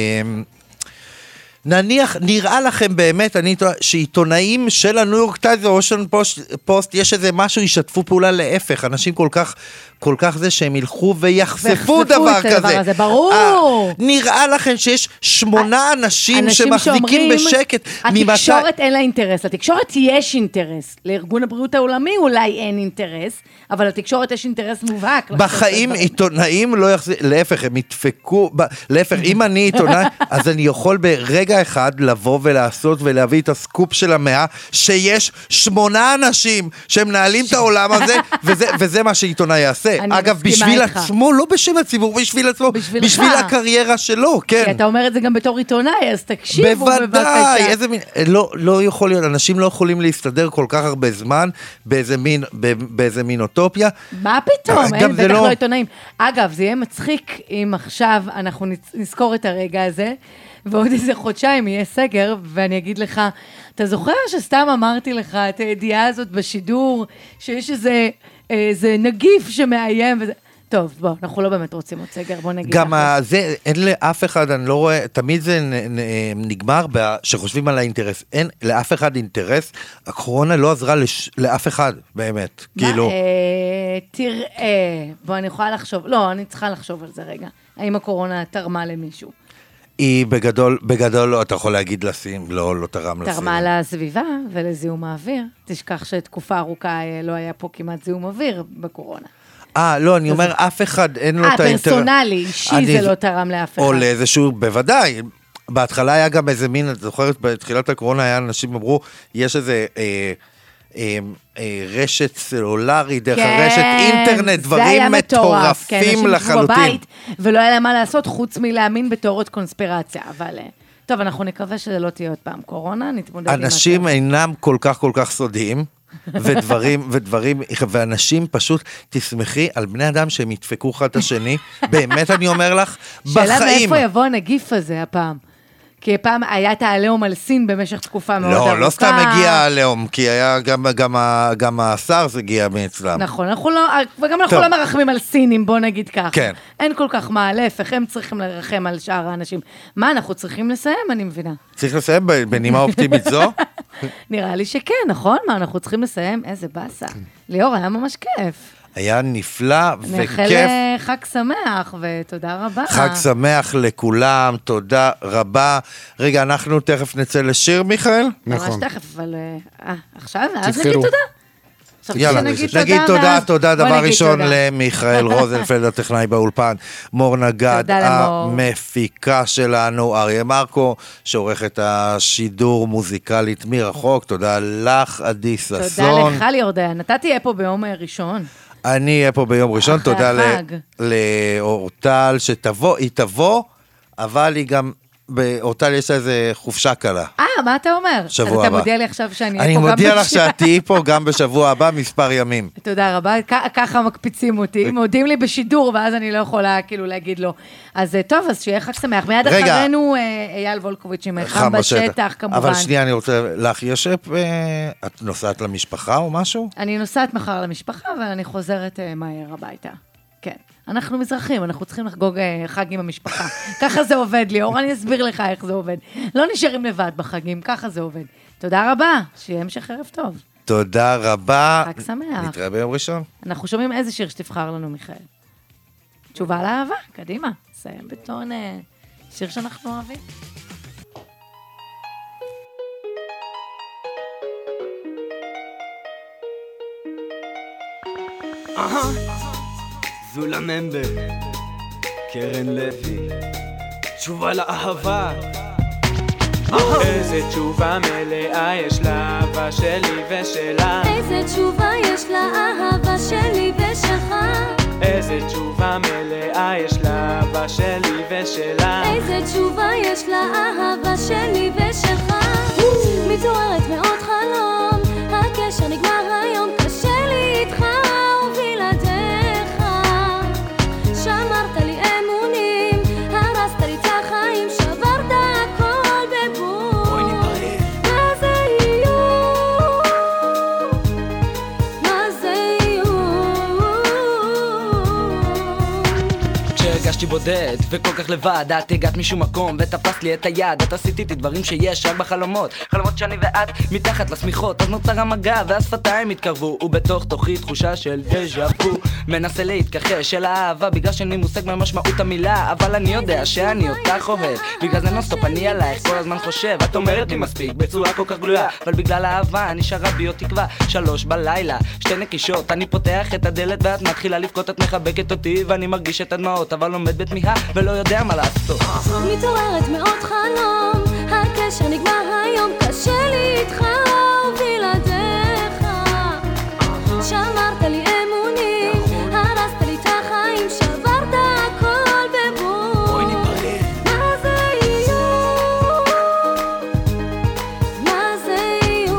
נניח, נראה לכם באמת, שעיתונאים של הניו יורק טיימס או וושינגטון פוסט, יש איזה משהו, ישתפו פעולה להפך, אנשים כל כך זה שהם ילכו ויחשפו דבר כזה. זה ברור. נראה לכם שיש 8 אנשים שמחזיקים בשקט. התקשורת אין לה אינטרס, לתקשורת יש אינטרס, לארגון הבריאות העולמי אולי אין אינטרס, אבל לתקשורת יש אינטרס מובהק. בחיים עיתונאים לא יחזיק, להפך, הם ידפקו, להפך, אם אני עיתונאי, אז אני יכול ברגע אחד לבוא ולעשות ולהביא את הסקופ של 100, שיש 8 אנשים שמנהלים את העולם הזה, וזה מה שעיתונאי יעשה. אגב, בשביל עצמו, לא בשביל הציבור, בשביל עצמו, בשביל הקריירה שלו, כן. כי אתה אומר את זה גם בתור עיתונאי, אז תקשיבו בבקשה. בוודאי, איזה מין, לא יכול להיות, אנשים לא יכולים להסתדר כל כך הרבה זמן, באיזה מין אוטופיה. מה פתאום? אין בטח לא עיתונאים. אגב, זה יהיה מצחיק אם עכשיו אנחנו נזכור את הרגע הזה, ועוד איזה חודשיים יהיה סגר, ואני אגיד לך, אתה זוכר שסתם אמרתי לך את הידיעה הזאת בשידור, שיש איזה נגיף שמאיים וזה... טוב, בוא, אנחנו לא באמת רוצים עוד סגר, בוא נגיד. גם זה, אין לאף אחד, אני לא רואה, תמיד זה נגמר שחושבים על האינטרס. אין לאף אחד אינטרס, הקורונה לא עזרה לאף אחד, באמת. כאילו... תראה, בוא, אני יכולה לחשוב, לא, אני צריכה לחשוב על זה רגע. האם הקורונה תרמה למישהו? היא בגדול לא, אתה יכול להגיד לשים, לא תרם לשים. תרמה לסביבה ולזיהום האוויר. תשכח שתקופה ארוכה לא היה פה כמעט זיהום אוויר בקורונה. לא, אני אומר, אף אחד אין לו את האינטרס. פרסונלי, אישי זה לא תרם לאף אחד. או לאיזשהו, בוודאי. בהתחלה היה גם איזה מין, את זוכרת, בתחילת הקורונה היה אנשים אמרו, יש איזה... רשת סלולרי, דרך הרשת אינטרנט, דברים מטורפים לחלוטין. ולא היה להם מה לעשות חוץ מלהאמין בתיאוריות קונספירציה, אבל... טוב, אנחנו נקווה שזה לא תהיה עוד פעם קורונה, נתמודד עם... אנשים אינם כל כך סודיים, ואנשים פשוט תשמחי על בני אדם שהם ידפקו אחד את השני, באמת אני אומר לך, בחיים. שאלה מאיפה יבוא הנגיף הזה הפעם? כי פעם היה את העליהום על סין במשך תקופה מאוד ארוכה. לא סתם הגיע העליהום, כי היה גם הסארס הגיע מאצלם. נכון, וגם אנחנו לא מרחמים על סינים, בוא נגיד ככה. כן. אין כל כך מה, להפך, הם צריכים לרחם על שאר האנשים. מה, אנחנו צריכים לסיים, אני מבינה. צריך לסיים בנימה אופטימית זו? נראה לי שכן, נכון? מה, אנחנו צריכים לסיים? איזה באסה. ליאור, היה ממש כיף. היה נפלא וכיף. נאחל חג שמח, ותודה רבה. חג שמח לכולם, תודה רבה. רגע, אנחנו תכף נצא לשיר, מיכאל? ממש תכף, אבל עכשיו, אז נגיד תודה. יאללה, נגיד תודה דבר ראשון למיכאל רוזנפלד, הטכנאי באולפן, מור נגד, המפיקה שלנו, אריה מרקו, שעורך את השידור מוזיקלית מרחוק, תודה לך, עדי ששון. תודה לך, ליאור דיין, אתה תהיה פה ביום ראשון. אני אהיה פה ביום ראשון, תודה לאורטל שתבוא, היא תבוא, אבל היא גם, באורטל יש איזה חופשה קלה. מה אתה אומר? שבוע הבא. אתה מודיע לי עכשיו שאני אהיה פה גם בשבוע. אני מודיע לך שאת תהיי פה גם בשבוע הבא, מספר ימים. תודה רבה, ככה מקפיצים אותי. מודיעים לי בשידור, ואז אני לא יכולה כאילו להגיד לו. אז טוב, אז שיהיה חג שמח. מיד אחרינו אייל וולקוביץ' עם חם בשטח, כמובן. אבל שנייה, אני רוצה לך, את נוסעת למשפחה או משהו? אני נוסעת מחר למשפחה, אבל אני חוזרת מהר הביתה. כן. אנחנו מזרחים, אנחנו צריכים לחגוג חג עם המשפחה. ככה זה עובד, ליאור, אני אסביר לך איך זה עובד. לא נשארים לבד בחגים, ככה זה עובד. תודה רבה, שיהיה המשך ערב טוב. תודה רבה. חג שמח. נתראה ביום ראשון. אנחנו שומעים איזה שיר שתבחר לנו, מיכאל. תשובה לאהבה, קדימה. סיים בטון שיר שאנחנו אוהבים. זולה ממבר, קרן לוי, תשובה לאהבה. איזה תשובה מלאה יש לאהבה שלי ושלה. איזה תשובה יש לאהבה שלי ושלך. איזה תשובה מלאה יש לאהבה שלי ושלה. איזה תשובה יש לאהבה שלי ושלך. מתעוררת מאוד חלום, הקשר נגמר היום, קשה לי איתך. בודד וכל כך לבד, את הגעת משום מקום ותפסת לי את היד, את עשית איתי דברים שיש רק בחלומות, חלומות שאני ואת מתחת לשמיכות, אז נוצר המגע והשפתיים התקרבו, ובתוך תוכי תחושה של דז'ה וו, מנסה להתכחש אל האהבה בגלל שאני מושג ממשמעות המילה, אבל אני יודע שאני אותך אוהב, בגלל זה נוסטופ אני עלייך כל הזמן חושב, את אומרת לי מספיק בצורה כל כך גלויה, אבל בגלל האהבה נשארה בי עוד תקווה. 3 בלילה, 2 נקישות, אני פותח את הדלת ואת מתחילה לבכות, את מחבקת אותי ואני מרגיש את הדמעות, אבל עומד בתמיהה ולא יודע מה לעשות. מתעוררת מאוד חלום, הקשר נגמר היום, קשה לי איתך ובלעדיך. שמרת לי אמונים, הרסת לי את החיים, שברת הכל בבום. בואי ניפרד. מה זה איום? מה זה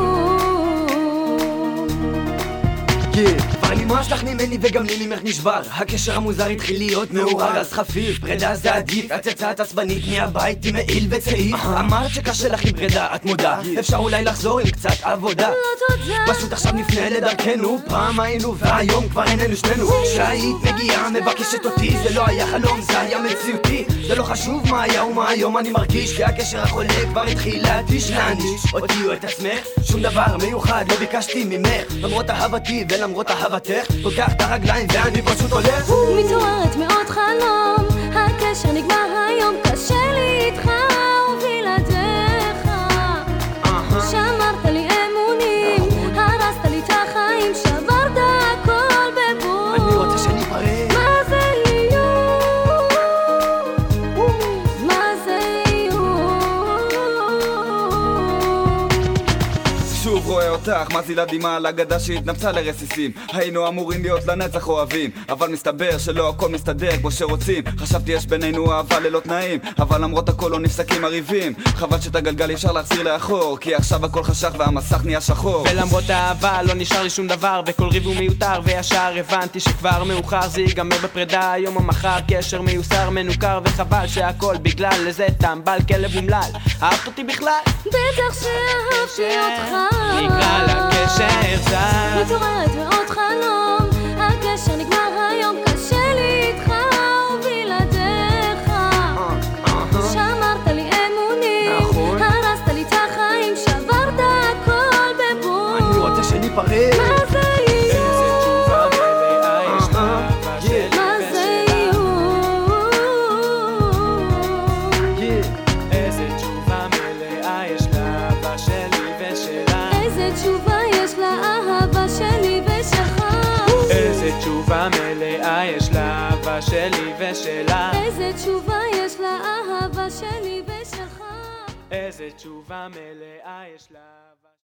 איום? כבר נמאס לך ממני וגם לי ממך נשבר, הקשר המוזר התחיל להיות מעורר, אז חפיף, פרידה זה עדיף, את יצאת עצבנית מהבית עם מעיל וצעיף, אמרת שקשה לך עם פרידה, את מודה, אפשר אולי לחזור עם קצת עבודה, פשוט עכשיו נפנה לדרכנו, פעם היינו והיום כבר איננו שנינו, כשהיית מגיעה מבקשת אותי, זה לא היה חלום, זה היה מציאותי, זה לא חשוב מה היה ומה היום אני מרגיש, כי הקשר החולה כבר התחיל להדיש, להעניש אותי או את עצמך, שום דבר מיוחד לא ביקשתי ממך, למרות אהבתי ולמרות אהבתך, פותח את הרגליים ואני פשוט הולך. מתעוררת מאוד חלום, הקשר נגמר היום, קשה לי איתך ובלעדיך. שמרת לי אמונים, הרסת לי את החיים, שברת הכל בבום. אני רוצה שניפרד. מה זה איום? מה זה איום? רואה אותך, מזילה דמעה על אגדה שהתנפצה לרסיסים. היינו אמורים להיות לנצח אוהבים, אבל מסתבר שלא הכל מסתדר כמו שרוצים. חשבתי יש בינינו אהבה ללא תנאים, אבל למרות הכל לא נפסקים הריבים. חבל שאת הגלגל אפשר להחזיר לאחור, כי עכשיו הכל חשך והמסך נהיה שחור. ולמרות האהבה לא נשאר לי שום דבר, וכל ריב הוא מיותר, וישר הבנתי שכבר מאוחר זה ייגמר בפרידה. היום או מחר קשר מיוסר מנוכר, וחבל שהכל בגלל איזה טמבל כלב אומלל. אהבת אותי בכלל? בטח שאהבתי אותך, נקרא לקשר זר, מתעוררת ועוד חלום, הקשר נגמר היום, קשה לי איתך ובלעדיך. שמרת לי אמונים, הרסת לי את החיים, שברת הכל בבום. אני רוצה שניפרד. מה זה תשובה מלאה יש לאהבה שלי ושלה. איזה תשובה יש לאהבה שלי ושלך. איזה תשובה מלאה יש לה.